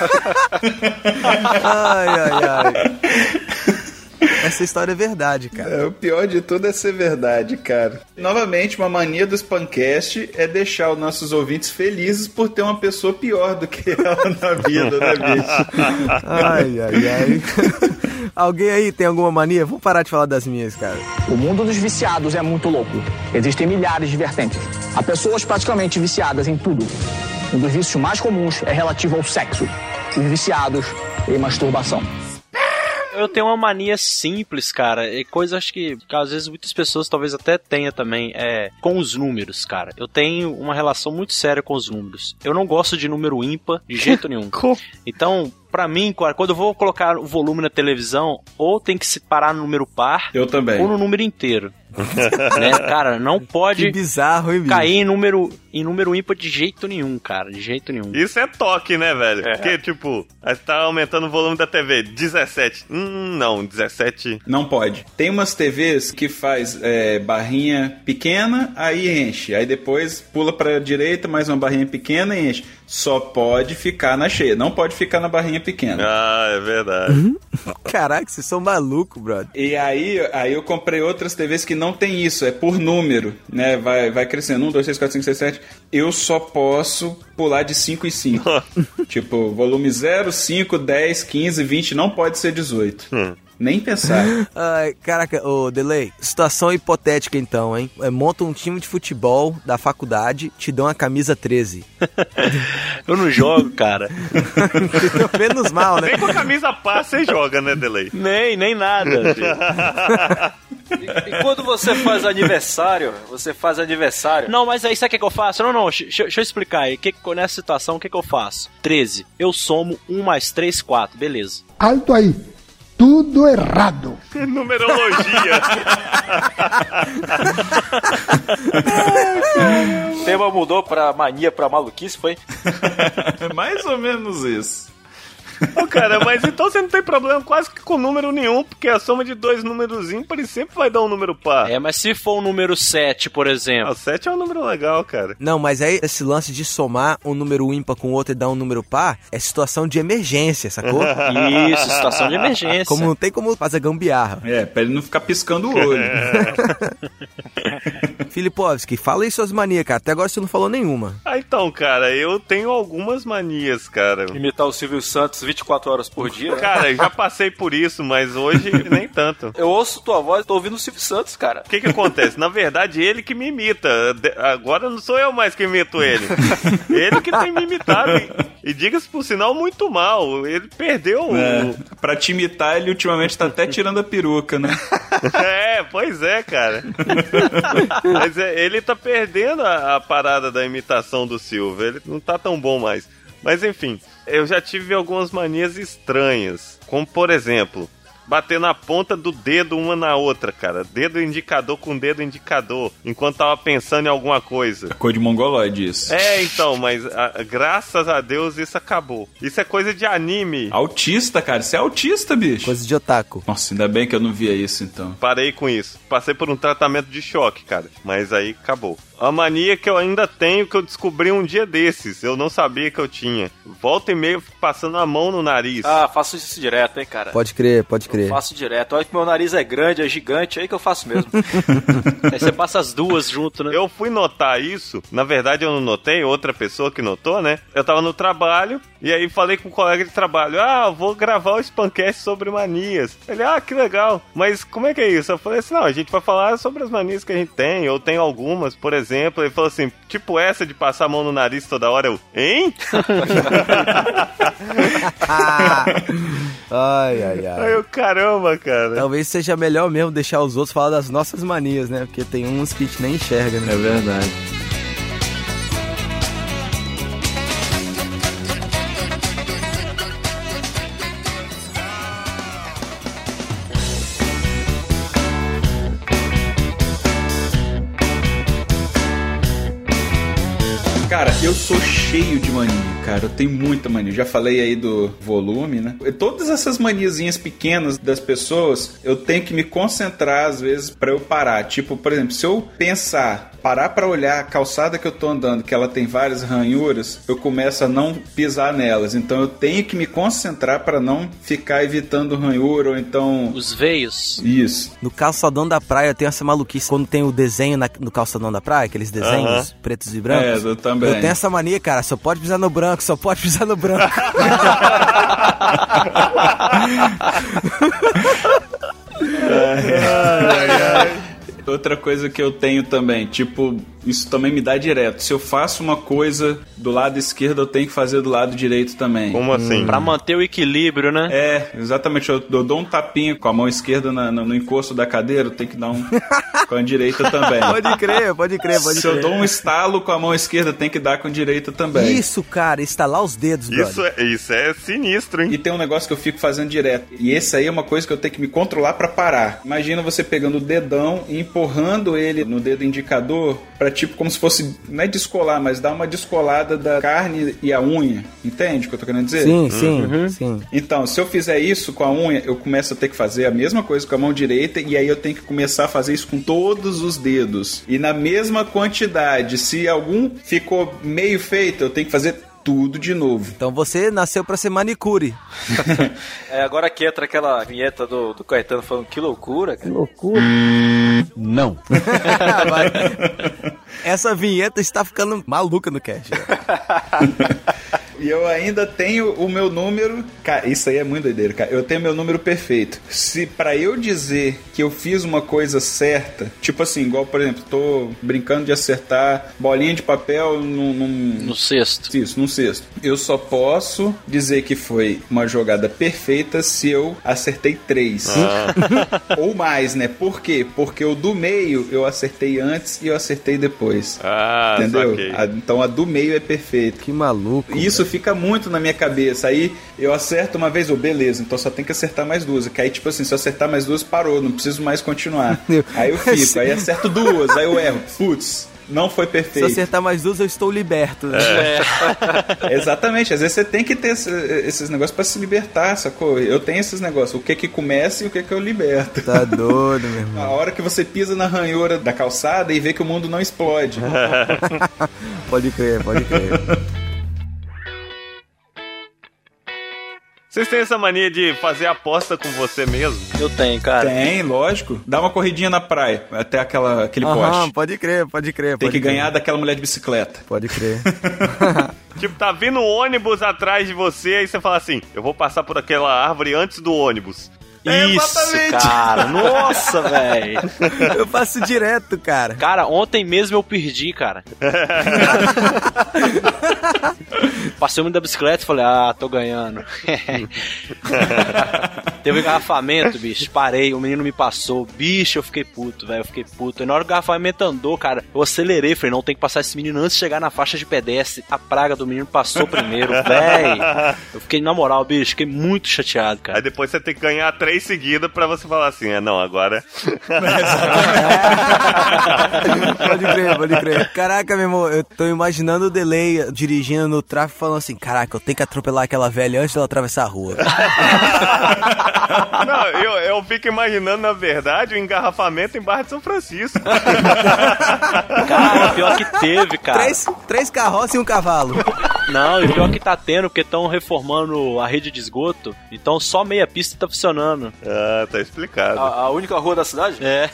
Ai, ai, ai. Essa história é verdade, cara. É, o pior de tudo é ser verdade, cara. Novamente, uma mania do Spamcast é deixar os nossos ouvintes felizes por ter uma pessoa pior do que ela na vida, né, bicho? Ai, ai, ai. Alguém aí tem alguma mania? Vou parar de falar das minhas, cara. O mundo dos viciados é muito louco. Existem milhares de vertentes. Há pessoas praticamente viciadas em tudo. Um dos vícios mais comuns é relativo ao sexo. Os viciados em masturbação. Eu tenho uma mania simples, cara, e coisa acho que, que às vezes muitas pessoas talvez até tenha também, é com os números, cara. Eu tenho uma relação muito séria com os números. Eu não gosto de número ímpar de jeito nenhum. Então, pra mim, cara, quando eu vou colocar o volume na televisão, ou tem que se parar no número par, eu também, ou no número inteiro. Né, cara, não pode que bizarro, hein, bicho? cair em número, em número ímpar de jeito nenhum, cara, de jeito nenhum. Isso é toque, né, velho? É. Porque, tipo, aí tá aumentando o volume da T V, dezessete. Hum, não, dezessete... Não pode. Tem umas T Vs que faz é, barrinha pequena, aí enche. Aí depois pula pra direita, mais uma barrinha pequena e enche. Só pode ficar na cheia, não pode ficar na barrinha pequena. Ah, é verdade. Uhum. Caraca, vocês são malucos, brother. E aí, aí eu comprei outras T Vs que não tem isso, é por número, né? Vai, vai crescendo, um, dois, três, quatro, cinco, seis, sete. Eu só posso pular de cinco em cinco. Tipo, volume zero, cinco, dez, quinze, vinte, não pode ser dezoito. Hum. Nem pensar. Ai, caraca, ô Delay, situação hipotética então, hein? Monta um time de futebol da faculdade, te dão uma camisa treze. Eu não jogo, cara. Menos mal, né? Nem com a camisa pá você joga, né, Delay? Nem, nem nada. E, e quando você faz aniversário, você faz aniversário... Não, mas aí sabe o que, que eu faço? Não, não, deixa, deixa eu explicar aí. Que, nessa situação, o que, que eu faço? treze. Eu somo um mais três, quatro. Beleza. Alto aí. Tudo errado. Numerologia. O tema mudou pra mania, pra maluquice, foi? Mais ou menos isso. Ô, cara, mas então você não tem problema quase que com número nenhum, porque a soma de dois números ímpares sempre vai dar um número par. É, mas se for um número sete, por exemplo... O sete é um número legal, cara. Não, mas aí esse lance de somar um número ímpar com o outro e dar um número par é situação de emergência, sacou? Isso, situação de emergência. Como não tem como fazer gambiarra. É, pra ele não ficar piscando o olho. Filipovski, fala aí suas manias, cara. Até agora você não falou nenhuma. Ah, então, cara, eu tenho algumas manias, cara. Imitar o Silvio Santos vinte e quatro horas por dia. Cara, eu já passei por isso, mas hoje nem tanto. Eu ouço tua voz e tô ouvindo o Silvio Santos, cara. O que que acontece? Na verdade, ele que me imita. Agora não sou eu mais que imito ele. Ele que tem me imitado. E, e diga-se por sinal, muito mal. Ele perdeu é, o... Pra te imitar, ele ultimamente tá até tirando a peruca, né? É, pois é, cara. Mas é, ele tá perdendo a, a parada da imitação do Silvio. Ele não tá tão bom mais. Mas enfim, eu já tive algumas manias estranhas. Como, por exemplo, bater na ponta do dedo uma na outra, cara. Dedo indicador com dedo indicador, enquanto tava pensando em alguma coisa. Cor de mongoloide isso. É, então, mas a, graças a Deus isso acabou. Isso é coisa de anime. Autista, cara. Isso é autista, bicho. Coisa de otaku. Nossa, ainda bem que eu não via isso, então. Parei com isso. Passei por um tratamento de choque, cara. Mas aí acabou. A mania que eu ainda tenho, que eu descobri um dia desses. Eu não sabia que eu tinha. Volta e meia passando a mão no nariz. Ah, faço isso direto, hein, cara. Pode crer, pode crer. Eu faço direto. Olha que meu nariz é grande, é gigante, aí que eu faço mesmo. Aí você passa as duas junto, né? Eu fui notar isso. Na verdade, eu não notei. Outra pessoa que notou, né? Eu tava no trabalho e aí falei com um colega de trabalho. Ah, vou gravar o Spamcast sobre manias. Ele, ah, que legal. Mas como é que é isso? Eu falei assim, não, a gente vai falar sobre as manias que a gente tem. Eu tenho algumas, por exemplo. exemplo, ele falou assim, tipo essa de passar a mão no nariz toda hora, eu, hein? Ai, ai, ai. Ai, eu, caramba, cara. Talvez seja melhor mesmo deixar os outros falar das nossas manias, né? Porque tem uns que a gente nem enxerga, né? É verdade. Cara, eu sou cheio de mania, cara. Eu tenho muita mania. Eu já falei aí do volume, né? E todas essas maniazinhas pequenas das pessoas, eu tenho que me concentrar, às vezes, pra eu parar. Tipo, por exemplo, se eu pensar, parar pra olhar a calçada que eu tô andando, que ela tem várias ranhuras, eu começo a não pisar nelas. Então eu tenho que me concentrar pra não ficar evitando ranhura, ou então... Os veios. Isso. No calçadão da praia tem essa maluquice. Quando tem o desenho na, no calçadão da praia, aqueles desenhos uh-huh. pretos e brancos. É, eu também. Eu tenho essa mania, cara, só pode pisar no branco, só pode pisar no branco. ai, ai, ai. Outra coisa que eu tenho também, tipo, isso também me dá direto. Se eu faço uma coisa do lado esquerdo, eu tenho que fazer do lado direito também. Como assim? Hum. Pra manter o equilíbrio, né? É, exatamente. Eu, eu dou um tapinha com a mão esquerda na, no, no encosto da cadeira, eu tenho que dar um com a direita também. Pode crer, pode crer, pode Se crer. eu dou um estalo com a mão esquerda, tem que dar com a direita também. Isso, cara, estalar os dedos, brother. Isso é, isso é sinistro, hein? E tem um negócio que eu fico fazendo direto. E esse aí é uma coisa que eu tenho que me controlar pra parar. Imagina você pegando o dedão e empurrando ele no dedo indicador pra tipo como se fosse, não é descolar, mas dar uma descolada da carne e a unha. Entende o que eu tô querendo dizer? Sim, sim, uhum. sim. Então, se eu fizer isso com a unha, eu começo a ter que fazer a mesma coisa com a mão direita e aí eu tenho que começar a fazer isso com todos os dedos. E na mesma quantidade. Se algum ficou meio feito, eu tenho que fazer tudo de novo. Então você nasceu pra ser manicure. É, agora que entra aquela vinheta do, do Caetano falando que loucura, cara. Que loucura. Não. Essa vinheta está ficando maluca no cast. E eu ainda tenho o meu número... Cara, isso aí é muito doideiro, cara. Eu tenho meu número perfeito. Se pra eu dizer que eu fiz uma coisa certa, tipo assim, igual, por exemplo, tô brincando de acertar bolinha de papel num... num... No cesto. Isso, num cesto. Eu só posso dizer que foi uma jogada perfeita se eu acertei três. Ah. Ou mais, né? Por quê? Porque o do meio eu acertei antes e eu acertei depois. Ah, entendeu? A, então a do meio é perfeita. Que maluco. Isso fica muito na minha cabeça. Aí eu acerto uma vez, ou oh, beleza, então só tem que acertar mais duas. Que aí, tipo assim, se eu acertar mais duas, parou, não preciso mais continuar. Aí eu fico, aí acerto duas, aí eu erro. Putz, não foi perfeito. Se eu acertar mais duas, eu estou liberto. É. Exatamente, às vezes você tem que ter esse, esses negócios pra se libertar, sacou? Eu tenho esses negócios, o que que começa e o que que eu liberto. Tá doido, meu irmão. A hora que você pisa na ranhura da calçada e vê que o mundo não explode. Pode crer, pode crer. Vocês têm essa mania de fazer aposta com você mesmo? Eu tenho, cara. Tem, lógico. Dá uma corridinha na praia, até aquela, aquele Aham, poste. Pode crer, pode crer. Tem pode que crer. ganhar daquela mulher de bicicleta. Pode crer. Tipo, tá vindo um ônibus atrás de você, aí você fala assim, eu vou passar por aquela árvore antes do ônibus. Isso, cara. Nossa, velho. Eu faço direto, cara. Cara, ontem mesmo eu perdi, cara. Passei o mundo da bicicleta e falei, ah, tô ganhando. Teve um engarrafamento, bicho. Parei, o menino me passou. Bicho, eu fiquei puto, velho. Eu fiquei puto. E na hora que o engarrafamento andou, cara, eu acelerei. Falei, não, tem que passar esse menino antes de chegar na faixa de pedestre. A praga do menino passou primeiro, velho. Eu fiquei, na moral, bicho, fiquei muito chateado, cara. Aí depois você tem que ganhar três seguidas pra você falar assim, é, não, agora... Pode crer, pode crer. Caraca, meu irmão, eu tô imaginando o Delay dirigindo no tráfego falando assim, caraca, eu tenho que atropelar aquela velha antes dela atravessar a rua. Não, eu, eu fico imaginando, na verdade, o engarrafamento em Barra de São Francisco. Cara, pior que teve, cara. Três, três carroças e um cavalo. Não, e pior que tá tendo, porque estão reformando a rede de esgoto, então só meia pista tá funcionando. Ah, tá explicado. A, a única rua da cidade? É.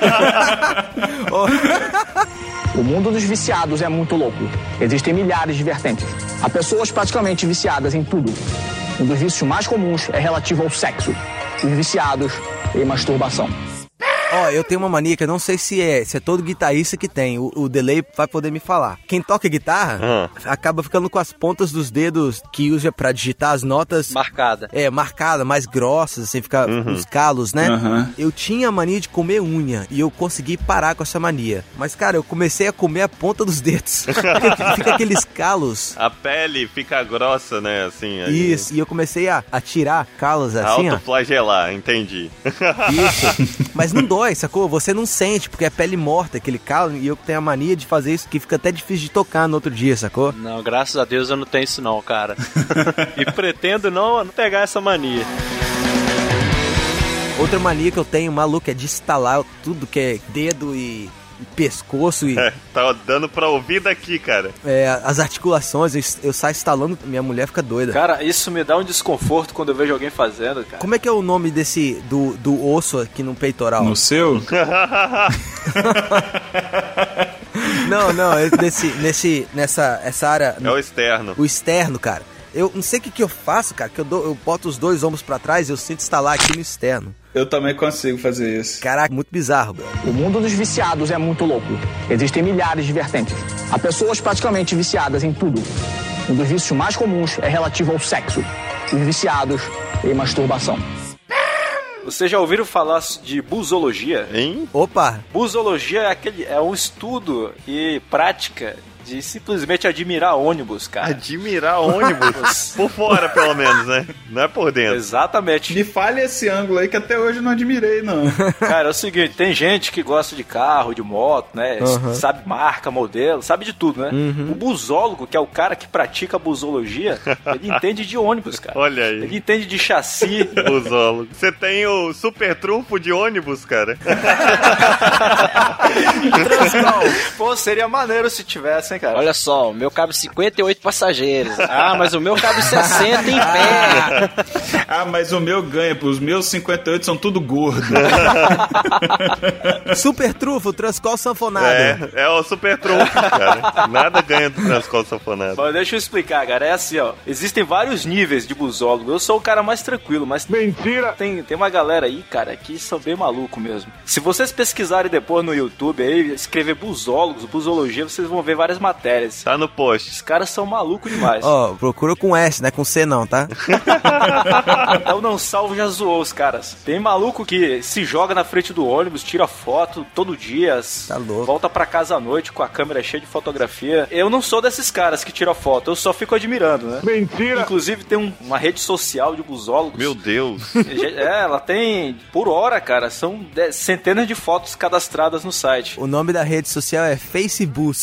O mundo dos viciados é muito louco. Existem milhares de vertentes. Há pessoas praticamente viciadas em tudo. Um dos vícios mais comuns é relativo ao sexo. Os viciados em masturbação. Ó, eu tenho uma mania que eu não sei se é, se é todo guitarrista que tem. O, o Delay vai poder me falar. Quem toca guitarra uhum. acaba ficando com as pontas dos dedos que usa pra digitar as notas... Marcada. É, marcada, mais grossas, assim, fica uhum. os calos, né? Uhum. Eu tinha a mania de comer unha e eu consegui parar com essa mania. Mas, cara, eu comecei a comer a ponta dos dedos. fica, fica aqueles calos. A pele fica grossa, né? Assim, aí... Isso, e eu comecei a, a tirar calos assim, ó. Autoflagelar, entendi. Isso. Mas não dói, sacou? Você não sente, porque é pele morta, aquele calo, e eu tenho a mania de fazer isso que fica até difícil de tocar no outro dia, sacou? Não, graças a Deus eu não tenho isso não, cara. E pretendo não, não pegar essa mania. Outra mania que eu tenho, maluco, é de instalar tudo que é dedo e... pescoço e... É, tá dando pra ouvir daqui, cara. É, as articulações, eu, eu saio instalando, minha mulher fica doida. Cara, isso me dá um desconforto quando eu vejo alguém fazendo, cara. Como é que é o nome desse, do, do osso aqui no peitoral? No seu? Não, não, é nesse, nesse, nessa essa área... É o externo. O externo, cara. Eu não sei o que, que eu faço, cara, que eu, dou, eu boto os dois ombros pra trás e eu sinto instalar aqui no externo. Eu também consigo fazer isso. Caraca, muito bizarro, bro. O mundo dos viciados é muito louco. Existem milhares de vertentes. Há pessoas praticamente viciadas em tudo. Um dos vícios mais comuns é relativo ao sexo. Os viciados em masturbação. Vocês já ouviram falar de busologia? Hein? Opa! Busologia é, aquele, é um estudo e prática de simplesmente admirar ônibus, cara. Admirar ônibus? Por fora, pelo menos, né? Não é por dentro. Exatamente. Me fale esse ângulo aí que até hoje eu não admirei, não. Cara, é o seguinte, tem gente que gosta de carro, de moto, né? Uhum. Sabe marca, modelo, sabe de tudo, né? Uhum. O busólogo, que é o cara que pratica busologia, ele entende de ônibus, cara. Olha aí. Ele entende de chassi. Busólogo. Você tem o super trunfo de ônibus, cara? Pô, seria maneiro se tivesse, cara. Olha só, o meu cabe cinquenta e oito passageiros. Ah, mas o meu cabe sessenta em pé. Ah, mas o meu ganha, os meus cinquenta e oito são tudo gordo. Super trufo, Transcol sanfonado. É, é o super trunfo, cara. Nada ganha do Transcol sanfonado. Mas deixa eu explicar, cara. É assim, ó. Existem vários níveis de busólogo. Eu sou o cara mais tranquilo, mas... Mentira! Tem, tem uma galera aí, cara, que são bem maluco mesmo. Se vocês pesquisarem depois no YouTube aí, escrever busólogos, busologia, vocês vão ver várias matérias. Tá no post. Os caras são malucos demais. Ó, oh, procura com S, não é com C não, tá? Então não salvo já zoou os caras. Tem maluco que se joga na frente do ônibus, tira foto todo dia, tá louco. Volta pra casa à noite com a câmera cheia de fotografia. Eu não sou desses caras que tiram foto, eu só fico admirando, né? Mentira! Inclusive tem um, uma rede social de busólogos. Meu Deus! É, ela tem, por hora, cara, são de, centenas de fotos cadastradas no site. O nome da rede social é Facebook.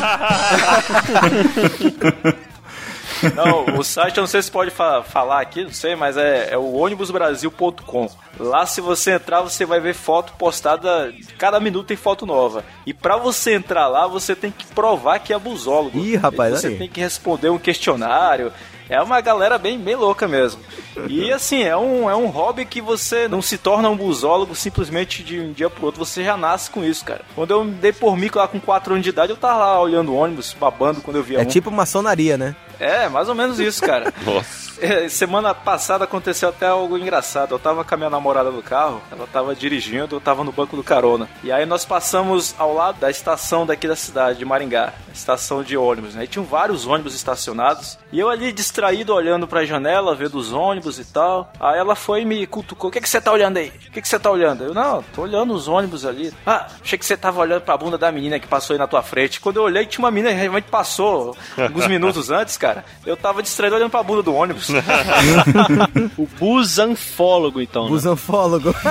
Não, o site eu não sei se pode fa- falar aqui, não sei, mas é, é o ônibus brasil ponto com. Lá, se você entrar, você vai ver foto postada, cada minuto tem foto nova. E pra você entrar lá, você tem que provar que é busólogo. Ih, rapaz, você aí. tem que responder um questionário. É uma galera bem, bem louca mesmo. E assim, é um, é um hobby que você não se torna um busólogo simplesmente de um dia pro outro. Você já nasce com isso, cara. Quando eu dei por mim lá com quatro anos de idade, eu tava lá olhando o ônibus, babando quando eu via É um. tipo maçonaria, né? É, mais ou menos isso, cara. Nossa. É, semana passada aconteceu até algo engraçado. Eu tava com a minha namorada no carro, ela tava dirigindo, eu tava no banco do carona. E aí nós passamos ao lado da estação daqui da cidade, de Maringá, estação de ônibus, né? E tinham vários ônibus estacionados. E eu ali distraído, olhando pra janela, vendo os ônibus e tal. Aí ela foi e me cutucou. O que que você tá olhando aí? O que que você tá olhando? Eu, não, tô olhando os ônibus ali. Ah, achei que você tava olhando pra bunda da menina que passou aí na tua frente. Quando eu olhei, tinha uma menina que realmente passou alguns minutos antes, cara. Eu tava distraído olhando pra bunda do ônibus. O busanfólogo, então. Busanfólogo. Né?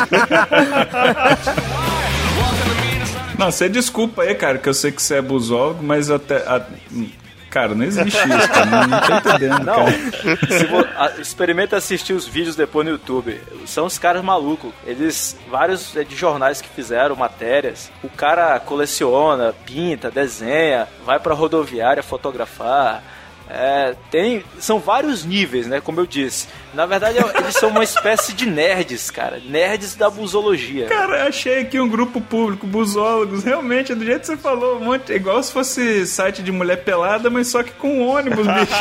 Não, você desculpa aí, cara, que eu sei que você é busólogo, mas até... A... Cara, não existe isso, cara. Não, não tô entendendo, não, cara. Se vo... a... Experimenta assistir os vídeos depois no YouTube. São os caras malucos. Eles... Vários de jornais que fizeram matérias. O cara coleciona, pinta, desenha, vai pra rodoviária fotografar. É, tem, são vários níveis, né? Como eu disse, Na verdade, eles são uma espécie de nerds, cara. Nerds da busologia. Cara, eu achei aqui um grupo público, busólogos. Realmente, do jeito que você falou, um monte, igual se fosse site de mulher pelada, mas só que com ônibus, bicho.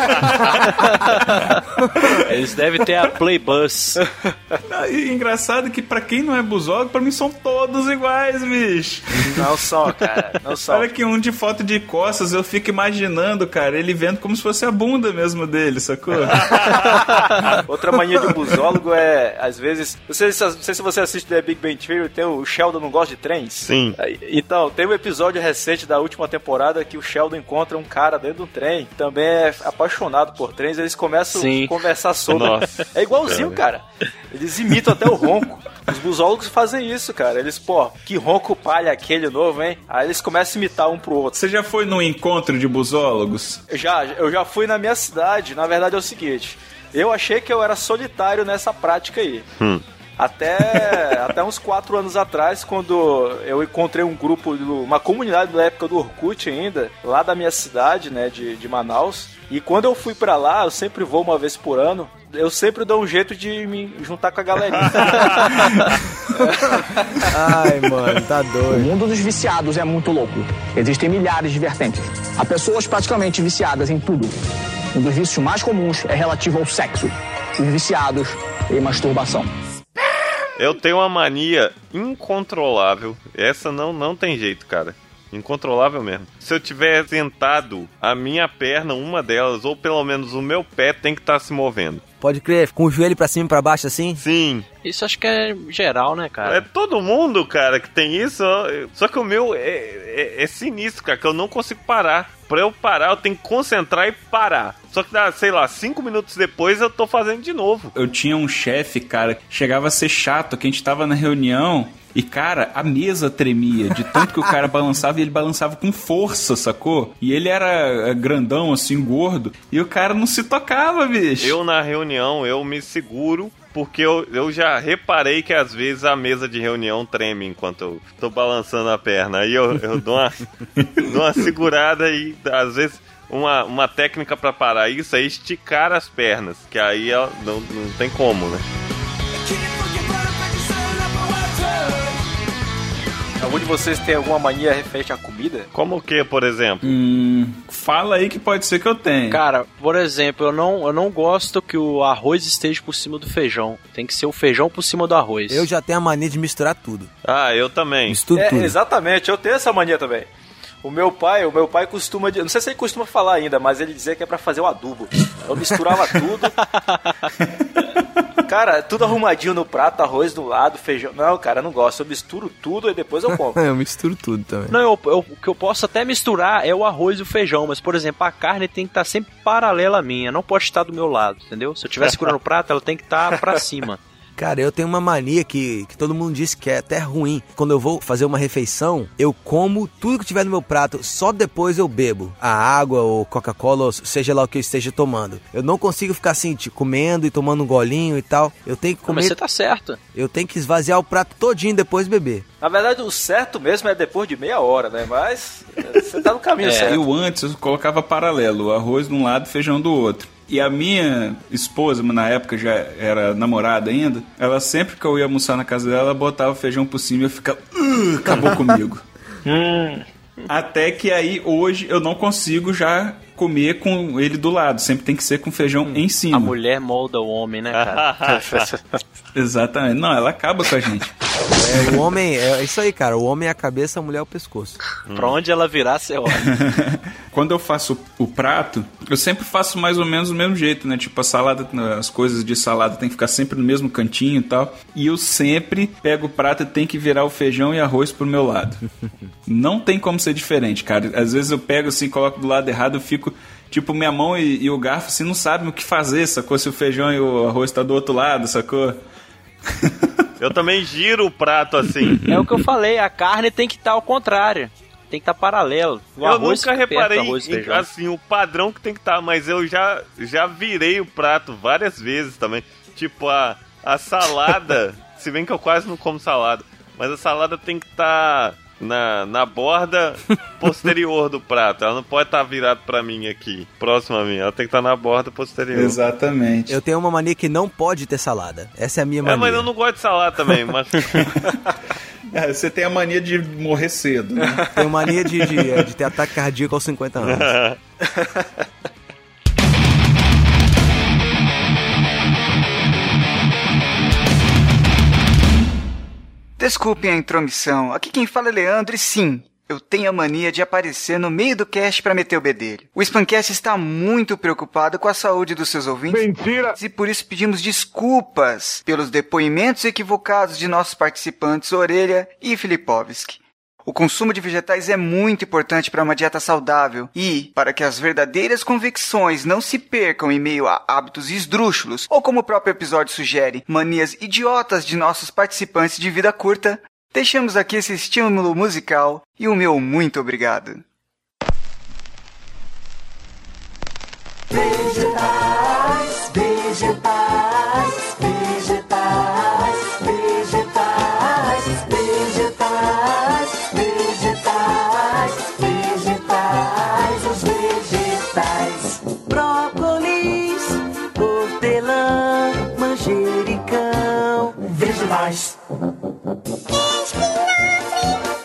Eles devem ter a Playbus. Não, e engraçado que pra quem não é busólogo, pra mim são todos iguais, bicho. Não são, cara. Não são. Olha que um de foto de costas, eu fico imaginando, cara, ele vendo como se fosse a bunda mesmo dele, sacou? Outra mania de busólogo é, às vezes... Não sei, se, não sei se você assiste The Big Bang Theory, tem o Sheldon não gosta de trens. Sim. Então, tem um episódio recente da última temporada que o Sheldon encontra um cara dentro de um trem, também é apaixonado por trens, eles começam Sim. a conversar sobre. Nossa. É igualzinho, cara. Eles imitam até o ronco. Os busólogos fazem isso, cara. Eles, pô, que ronco palha aquele novo, hein? Aí eles começam a imitar um pro outro. Você já foi num encontro de busólogos? Eu já, eu já fui na minha cidade. Na verdade é o seguinte... Eu achei que eu era solitário nessa prática aí. Hum. Até, até uns quatro anos atrás, quando eu encontrei um grupo, uma comunidade da época do Orkut ainda, lá da minha cidade, né, de, de Manaus. E quando eu fui pra lá, eu sempre vou uma vez por ano, eu sempre dou um jeito de me juntar com a galerinha. Ai, mano, tá doido. O mundo dos viciados é muito louco. Existem milhares de vertentes. Há pessoas praticamente viciadas em tudo. Um dos vícios mais comuns é relativo ao sexo. Os viciados em masturbação. Eu tenho uma mania incontrolável. Essa não, não tem jeito, cara. Incontrolável mesmo. Se eu tiver sentado, a minha perna, uma delas, ou pelo menos o meu pé, tem que estar tá se movendo. Pode crer, com o joelho pra cima e pra baixo assim? Sim. Isso acho que é geral, né, cara? É todo mundo, cara, que tem isso. Só que o meu é, é, é sinistro, cara, que eu não consigo parar. Pra eu parar, eu tenho que concentrar e parar. Só que dá, sei lá, cinco minutos depois eu tô fazendo de novo. Eu tinha um chefe, cara, que chegava a ser chato, que a gente tava na reunião... E, cara, a mesa tremia de tanto que o cara balançava e ele balançava com força, sacou? E ele era grandão, assim, gordo. E o cara não se tocava, bicho. Eu, na reunião, eu me seguro... Porque eu, eu já reparei que às vezes a mesa de reunião treme enquanto eu tô balançando a perna. Aí eu, eu dou, uma, dou uma segurada e às vezes uma, uma técnica pra parar isso é esticar as pernas. Que aí não, não tem como, né? Algum de vocês tem alguma mania referente à comida? Como o que, por exemplo? Hum, fala aí que pode ser que eu tenha. Cara, por exemplo, eu não, eu não gosto que o arroz esteja por cima do feijão. Tem que ser o feijão por cima do arroz. Eu já tenho a mania de misturar tudo. Ah, eu também. Misturo é, tudo. Exatamente, eu tenho essa mania também. O meu pai, o meu pai costuma... Não sei se ele costuma falar ainda, mas ele dizia que é pra fazer o adubo. Eu misturava tudo. Cara, tudo arrumadinho no prato, arroz do lado, feijão... Não, cara, eu não gosto. Eu misturo tudo e depois eu como. Eu misturo tudo também. Não, eu, eu, o que eu posso até misturar é o arroz e o feijão, mas, por exemplo, a carne tem que estar sempre paralela à minha. Não pode estar do meu lado, entendeu? Se eu estiver segurando o prato, ela tem que estar pra cima. Cara, eu tenho uma mania que, que todo mundo diz que é até ruim. Quando eu vou fazer uma refeição, eu como tudo que tiver no meu prato, só depois eu bebo a água ou Coca-Cola, ou seja lá o que eu esteja tomando. Eu não consigo ficar assim, tipo, comendo e tomando um golinho e tal. Eu tenho que comer... Mas você tá certo. Eu tenho que esvaziar o prato todinho e depois beber. Na verdade, o certo mesmo é depois de meia hora, né? Mas você tá no caminho é, certo. Eu antes eu colocava paralelo, o arroz de um lado e feijão do outro. E a minha esposa, na época já era namorada ainda, ela sempre que eu ia almoçar na casa dela, ela botava o feijão por cima e eu ficava... Uh, acabou comigo. Hum. Até que aí, hoje, eu não consigo já comer com ele do lado. Sempre tem que ser com feijão hum. em cima. A mulher molda o homem, né, cara? Exatamente. Não, ela acaba com a gente. É, o homem, é isso aí, cara. O homem é a cabeça, a mulher é o pescoço. Hum. Pra onde ela virar, você olha. Quando eu faço o prato, eu sempre faço mais ou menos do mesmo jeito, né? Tipo, a salada, as coisas de salada tem que ficar sempre no mesmo cantinho e tal. E eu sempre pego o prato e tem que virar o feijão e arroz pro meu lado. Não tem como ser diferente, cara. Às vezes eu pego assim, coloco do lado errado, eu fico... Tipo, minha mão e, e o garfo, assim, não sabem o que fazer, sacou? Se o feijão e o arroz tá do outro lado, sacou? Eu também giro o prato assim. É o que eu falei, a carne tem que estar ao contrário. Tem que estar paralelo. O eu nunca reparei arroz, em, assim, o padrão que tem que estar, mas eu já, já virei o prato várias vezes também. Tipo, a, a salada, se bem que eu quase não como salada, mas a salada tem que estar na, na borda posterior do prato. Ela não pode estar virada pra mim aqui, próxima a mim. Ela tem que estar na borda posterior. Exatamente. Eu tenho uma mania que não pode ter salada. Essa é a minha mania. É, mas eu não gosto de salada também, mas... É, você tem a mania de morrer cedo, né? Tenho mania de, de, de ter ataque cardíaco aos cinquenta anos. Desculpem a intromissão, aqui quem fala é Leandro e sim, eu tenho a mania de aparecer no meio do cast pra meter o bedelho. O Spamcast está muito preocupado com a saúde dos seus ouvintes. Mentira! E por isso pedimos desculpas pelos depoimentos equivocados de nossos participantes Orelha e Filipovski. O consumo de vegetais é muito importante para uma dieta saudável e, para que as verdadeiras convicções não se percam em meio a hábitos esdrúxulos, ou como o próprio episódio sugere, manias idiotas de nossos participantes de vida curta, deixamos aqui esse estímulo musical e o meu muito obrigado. Vegetais, vegetais, vegetais, vegetais, vegetais, vegetais, vegetais, os vegetais. Brócolis, hortelã, manjericão, vegetais. Espinafre,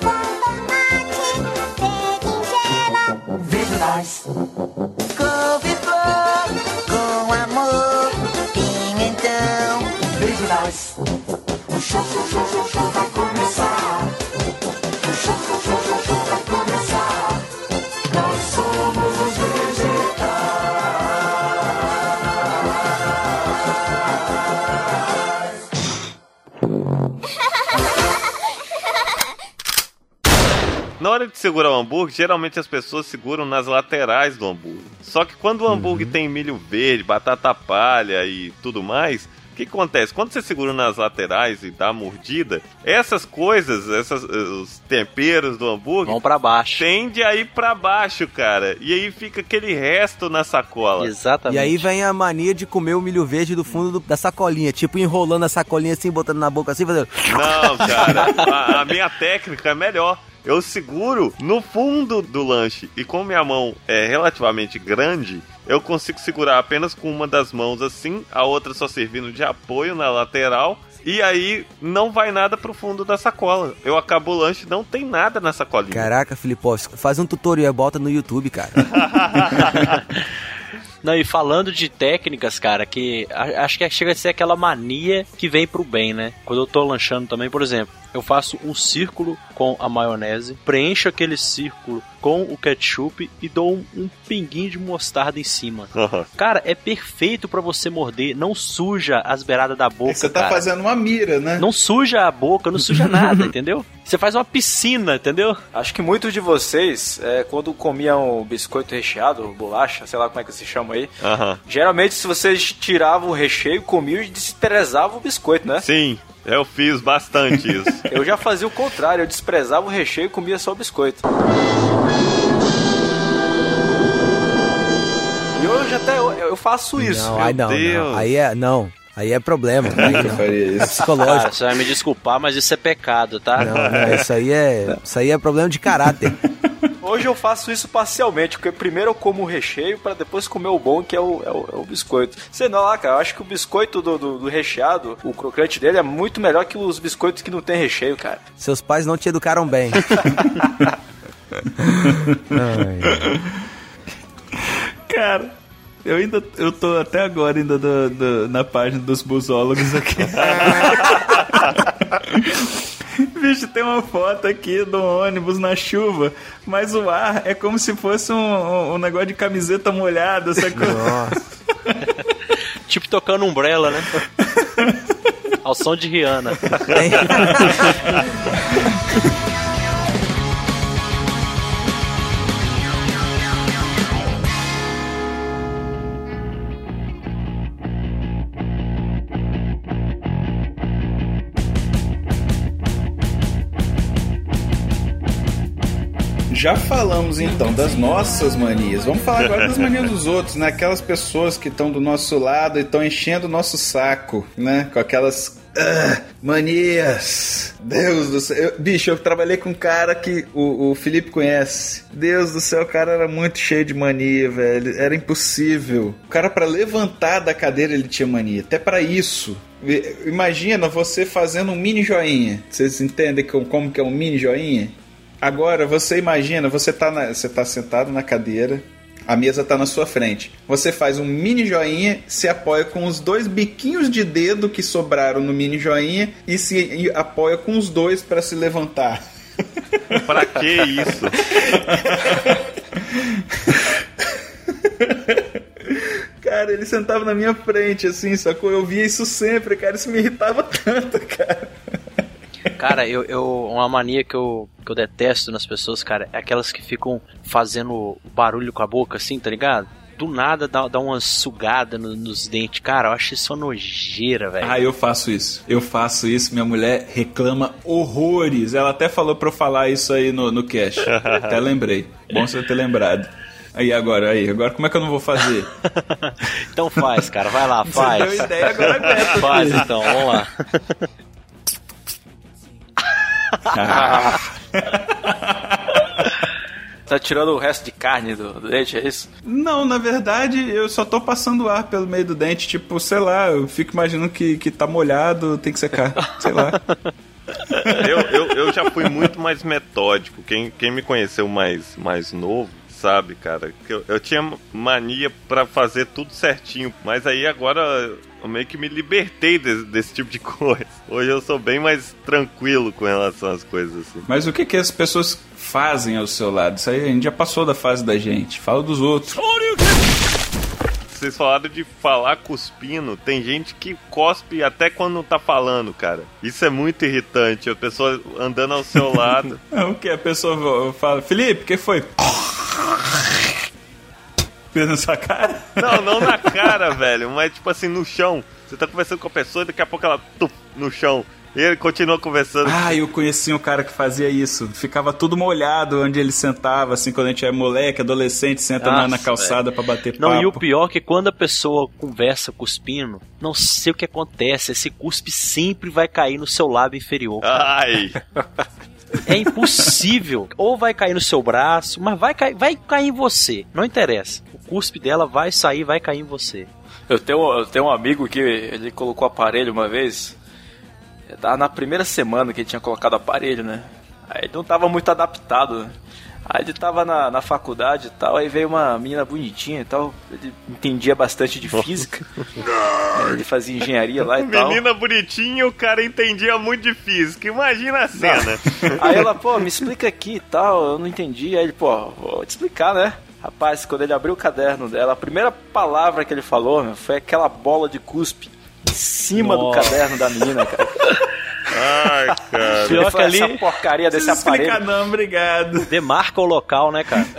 com tomate, berinjela, vegetais. Couve-flor, com amor, pimentão, vegetais. O show, show, show, show, show vai começar. O show, show, show, show, show vai começar. Nós somos os vegetais. Na hora de segurar o hambúrguer, geralmente as pessoas seguram nas laterais do hambúrguer. Só que quando o hambúrguer uhum. tem milho verde, batata palha e tudo mais, o que acontece? Quando você segura nas laterais e dá a mordida, essas coisas, essas, os temperos do hambúrguer... vão pra baixo. Tende a ir pra baixo, cara. E aí fica aquele resto na sacola. Exatamente. E aí vem a mania de comer o milho verde do fundo do, da sacolinha. Tipo, enrolando a sacolinha assim, botando na boca assim, fazendo... Não, cara. a, a minha técnica é melhor. Eu seguro no fundo do lanche. E como minha mão é relativamente grande, eu consigo segurar apenas com uma das mãos assim, a outra só servindo de apoio na lateral. E aí não vai nada pro fundo da sacola. Eu acabo o lanche, não tem nada na sacolinha. Caraca, Filipovski, faz um tutorial, bota no YouTube, cara. Não, e falando de técnicas, cara, que acho que chega a ser aquela mania que vem pro bem, né? Quando eu tô lanchando também, por exemplo, eu faço um círculo com a maionese, preencho aquele círculo com o ketchup e dou um, um pinguinho de mostarda em cima. Uhum. Cara, é perfeito pra você morder, não suja as beiradas da boca, você tá cara. Fazendo uma mira, né? Não suja a boca, não suja nada, entendeu? Você faz uma piscina, entendeu? Acho que muitos de vocês, é, quando comiam biscoito recheado, bolacha, sei lá como é que se chama aí, uhum. geralmente se vocês tiravam o recheio, comiam e desprezavam o biscoito, né? Sim. Eu fiz bastante isso. Eu já fazia o contrário, eu desprezava o recheio e comia só o biscoito. E hoje até eu, eu faço isso. Não, aí não, não. Aí é, não. Aí é problema. Aí não. É psicológico. Cara, você vai me desculpar, mas isso é pecado, tá? Não, não, isso aí é, isso aí é problema de caráter. Hoje eu faço isso parcialmente, porque primeiro eu como o recheio para depois comer o bom, que é o, é o, é o biscoito. Sei não lá, cara, eu acho que o biscoito do, do, do recheado, o crocante dele é muito melhor que os biscoitos que não tem recheio, cara. Seus pais não te educaram bem. Ai. Cara, eu ainda eu tô até agora ainda do, do, na página dos busólogos aqui. Bicho, tem uma foto aqui do ônibus na chuva, mas o ar é como se fosse um, um, um negócio de camiseta molhada, sacou? Nossa. Tipo tocando Umbrella, né? Ao som de Rihanna. Já falamos então das nossas manias. Vamos falar agora das manias dos outros, né? Aquelas pessoas que estão do nosso lado e estão enchendo o nosso saco, né? Com aquelas Ah, manias. Deus do céu. Eu, bicho, eu trabalhei com um cara que o, o Felipe conhece. Deus do céu, o cara era muito cheio de mania, velho. Era impossível. O cara, pra levantar da cadeira, ele tinha mania. Até pra isso. Imagina você fazendo um mini joinha. Vocês entendem como que é um mini joinha? Agora, você imagina, você tá, na, você tá sentado na cadeira, a mesa tá na sua frente. Você faz um mini joinha, se apoia com os dois biquinhos de dedo que sobraram no mini joinha e se apoia com os dois para se levantar. Pra que isso? Cara, ele sentava na minha frente, assim, sacou? Eu via isso sempre, cara. Isso me irritava tanto, cara. Cara, eu, eu, uma mania que eu, que eu detesto nas pessoas, cara, é aquelas que ficam fazendo barulho com a boca, assim, tá ligado? Do nada dá, dá uma sugada no, nos dentes. Cara, eu acho isso uma nojeira, velho. Ah, eu faço isso. Eu faço isso. Minha mulher reclama horrores. Ela até falou pra eu falar isso aí no, no cast. Até lembrei. Bom você ter lembrado. Aí, agora, aí. Agora, como é que eu não vou fazer? Então faz, cara. Vai lá, faz. Você deu ideia, agora aguenta. Faz, então. Vamos lá. Ah. Tá tirando o resto de carne do, do dente, é isso? Não, na verdade, eu só tô passando ar pelo meio do dente. Tipo, sei lá, eu fico imaginando que, que tá molhado, tem que secar. Sei lá. Eu, eu, eu já fui muito mais metódico. Quem, quem me conheceu mais, mais novo sabe, cara, que eu, eu tinha mania pra fazer tudo certinho, mas aí agora eu meio que me libertei desse, desse tipo de coisa. Hoje eu sou bem mais tranquilo com relação às coisas assim. Mas o que que as pessoas fazem ao seu lado? Isso aí a gente já passou da fase da gente. Fala dos outros. Vocês falaram de falar cuspindo. Tem gente que cospe até quando não tá falando, cara. Isso é muito irritante. A pessoa andando ao seu lado. O que? A pessoa fala, Felipe, o que foi? Fez na sua cara? Não, não na cara, velho. Mas tipo assim, no chão. Você tá conversando com a pessoa e daqui a pouco ela tuf, no chão. E ele continua conversando. Ah, eu conheci um cara que fazia isso. Ficava tudo molhado onde ele sentava, assim, quando a gente é moleque, adolescente, senta Nossa, na, na calçada pra bater papo. Não, e o pior é que quando a pessoa conversa cuspindo, não sei o que acontece, esse cuspe sempre vai cair no seu lábio inferior. Cara. Ai! É impossível. Ou vai cair no seu braço, mas vai cair, vai cair em você. Não interessa. O cuspe dela vai sair, vai cair em você. Eu tenho, eu tenho um amigo que ele colocou aparelho uma vez. Tava na primeira semana que ele tinha colocado aparelho, né? Aí ele não tava muito adaptado, né? Aí ele tava na, na faculdade e tal, aí veio uma menina bonitinha e tal, ele entendia bastante de física. Ele fazia engenharia lá e tal. Menina bonitinha, o cara entendia muito de física, imagina a cena. Não. Aí ela, pô, me explica aqui e tal, eu não entendi. Aí ele, pô, vou te explicar, né? Rapaz, quando ele abriu o caderno dela, a primeira palavra que ele falou, meu, foi aquela bola de cuspe em cima Nossa. do caderno da menina, cara. Ai, cara. Pior que ali, essa porcaria desse aparelho. Explica não, obrigado. Demarca o local, né, cara?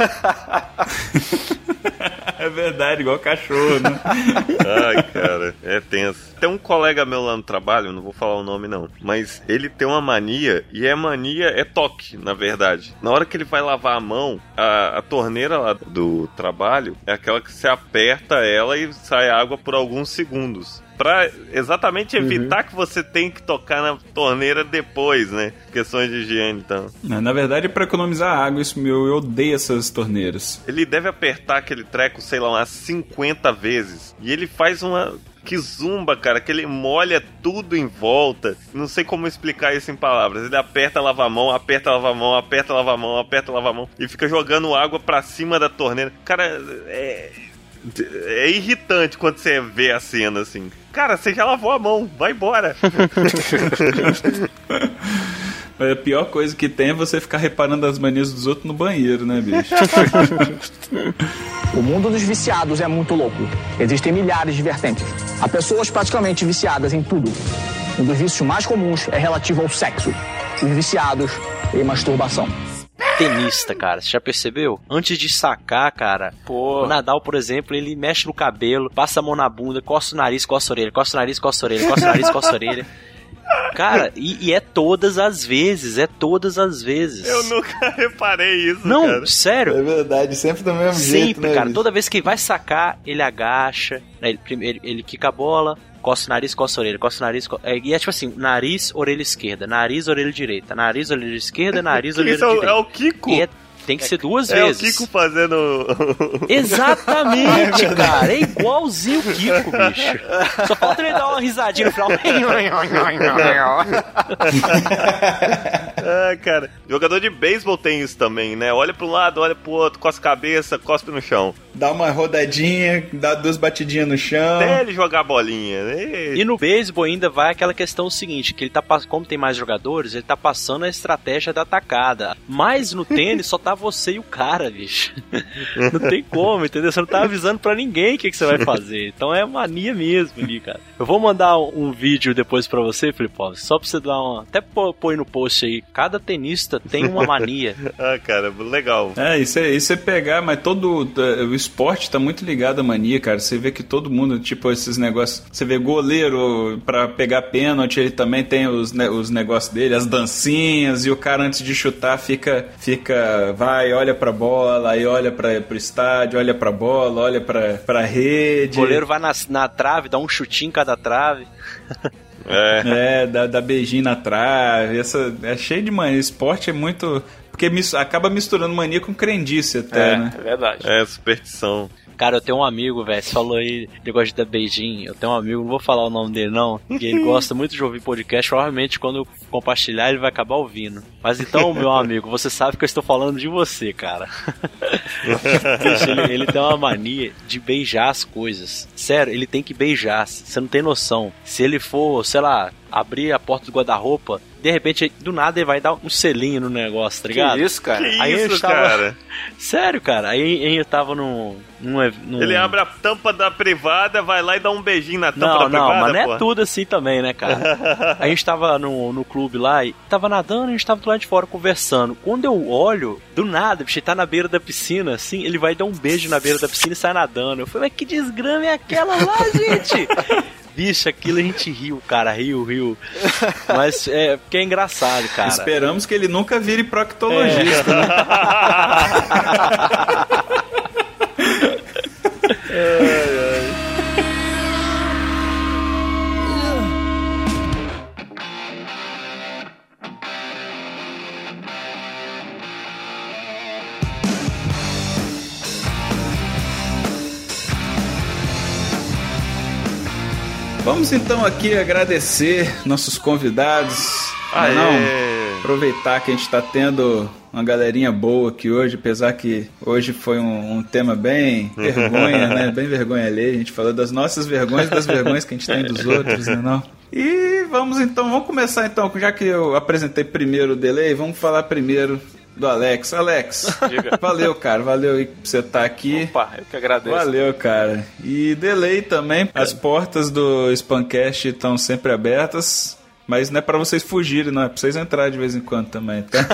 É verdade, igual cachorro, né? Ai, cara, é tenso. Tem um colega meu lá no trabalho, não vou falar o nome não, mas ele tem uma mania, e é mania, é toque, na verdade. Na hora que ele vai lavar a mão, a, a torneira lá do trabalho é aquela que você aperta ela e sai água por alguns segundos. Pra exatamente evitar uhum. que você tenha que tocar na torneira depois, né? Questões de higiene, então. Na verdade, é pra economizar água, isso meu, eu odeio essas torneiras. Ele deve apertar aquele treco, sei lá, umas cinquenta vezes. E ele faz uma... Que zumba, cara, que ele molha tudo em volta. Não sei como explicar isso em palavras. Ele aperta, lava a mão, aperta, lava a mão, aperta, lava a mão, aperta, lava a mão. E fica jogando água pra cima da torneira. Cara, é... É irritante quando você vê a cena assim. Cara, você já lavou a mão, vai embora. A pior coisa que tem é você ficar reparando as manias dos outros no banheiro, né, bicho? O mundo dos viciados é muito louco. Existem milhares de vertentes. Há pessoas praticamente viciadas em tudo. Um dos vícios mais comuns é relativo ao sexo. Os viciados em masturbação. Tenista, cara, você já percebeu? Antes de sacar, cara, Pô. o Nadal, por exemplo, ele mexe no cabelo, passa a mão na bunda, coça o nariz, coça a orelha, coça o nariz, coça a orelha, coça o nariz, coça a orelha. Cara, e, e é todas as vezes, é todas as vezes. Eu nunca reparei isso, Não, cara. sério. É verdade, sempre do mesmo sempre, jeito, né? Sempre, cara, bicho? toda vez que vai sacar, ele agacha, né, ele, ele, ele quica a bola, Coça o nariz, coça a orelha, coça o nariz, co... é, e é tipo assim, nariz, orelha esquerda, nariz, orelha direita, nariz, orelha esquerda, nariz, orelha Isso direita. É o Kiko. E é, tem que ser duas é vezes. É o Kiko fazendo... Exatamente, é cara. É igualzinho o Kiko, bicho. Só falta ele dar uma risadinha no final. Ah, cara. Jogador de beisebol tem isso também, né? Olha pro lado, olha pro outro, cospe a cabeça, cospe no chão. Dá uma rodadinha, dá duas batidinhas no chão. Até ele jogar a bolinha, né? E no beisebol ainda vai aquela questão seguinte, que ele tá, como tem mais jogadores, ele tá passando a estratégia da atacada. Mas no tênis só tá você e o cara, bicho. Não tem como, entendeu? Você não tá avisando pra ninguém o que, que você vai fazer. Então é mania mesmo ali, cara. Eu vou mandar um, um vídeo depois pra você, Filipov, só pra você dar uma... Até põe no post aí. Cada tenista tem uma mania. Ah, cara, legal. É, isso é, isso é pegar, mas todo... O esporte tá muito ligado à mania, cara. Você vê que todo mundo, tipo, esses negócios... Você vê goleiro pra pegar pênalti, ele também tem os, né, os negócios dele, as dancinhas, e o cara antes de chutar fica... fica vai, olha pra bola, aí olha pra, pro estádio, olha pra bola, olha pra, pra rede. O goleiro vai na, na trave, dá um chutinho em cada trave. É, é dá, dá beijinho na trave. Essa, é cheio de mania. Esporte é muito... Porque mis, acaba misturando mania com crendice até, é, né? É verdade. É, superstição. Cara, eu tenho um amigo, velho, você falou aí, ele gosta de dar beijinho. Eu tenho um amigo, não vou falar o nome dele não, que ele gosta muito de ouvir podcast. Provavelmente quando eu compartilhar ele vai acabar ouvindo. Mas então, meu amigo, você sabe que eu estou falando de você, cara. Bicho, ele, ele tem uma mania de beijar as coisas. Sério, ele tem que beijar, você não tem noção. Se ele for, sei lá, abrir a porta do guarda-roupa, de repente, do nada ele vai dar um selinho no negócio, tá ligado? Que isso, cara? Que aí isso, tava... cara? Sério, cara. Aí eu tava num, num, num... Ele abre a tampa da privada, vai lá e dá um beijinho na tampa não, da privada, Não, mas não porra. é tudo assim também, né, cara? A gente tava no, no clube lá e tava nadando, a gente tava do lado de fora conversando. Quando eu olho, do nada, bicho, ele tá na beira da piscina, assim, ele vai dar um beijo na beira da piscina e sai nadando. Eu falei, mas que desgrama é aquela lá, gente? Bicho, aquilo a gente riu, cara, riu, riu. Mas é porque é engraçado, cara. Esperamos que ele nunca vire proctologista, é. né? Ai, ai. Vamos então aqui agradecer nossos convidados. Aê. Não, aproveitar que a gente está tendo uma galerinha boa aqui hoje, apesar que hoje foi um, um tema bem vergonha, né? Bem vergonha alheia. A gente falou das nossas vergonhas e das vergonhas que a gente tem dos outros, né? Não? E vamos então, vamos começar então, já que eu apresentei primeiro o Delay, vamos falar primeiro do Alex. Alex, Diga. Valeu, cara. Valeu aí por você estar aqui. Opa, eu que agradeço. Valeu, cara. E Delay também. As portas do Spamcast estão sempre abertas. Mas não é pra vocês fugirem, não. É pra vocês entrarem de vez em quando também, tá?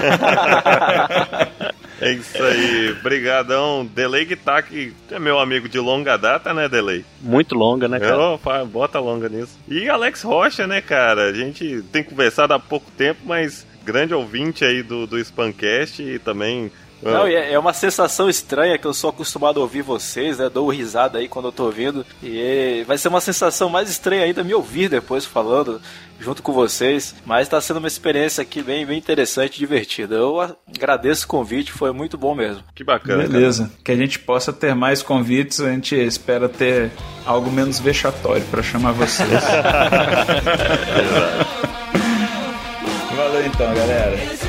É isso aí. Brigadão. Delay que tá aqui. É meu amigo de longa data, né, Delay? Muito longa, né, cara? Opa, bota longa nisso. E Alex Rocha, né, cara? A gente tem conversado há pouco tempo, mas grande ouvinte aí do, do Spamcast e também... Não, é uma sensação estranha que eu sou acostumado a ouvir vocês, né? Dou risada aí quando eu tô ouvindo. E vai ser uma sensação mais estranha ainda me ouvir depois falando junto com vocês. Mas tá sendo uma experiência aqui bem, bem interessante e divertida. Eu agradeço o convite, foi muito bom mesmo. Que bacana. Beleza. Cara. Que a gente possa ter mais convites, a gente espera ter algo menos vexatório pra chamar vocês. Valeu então, galera.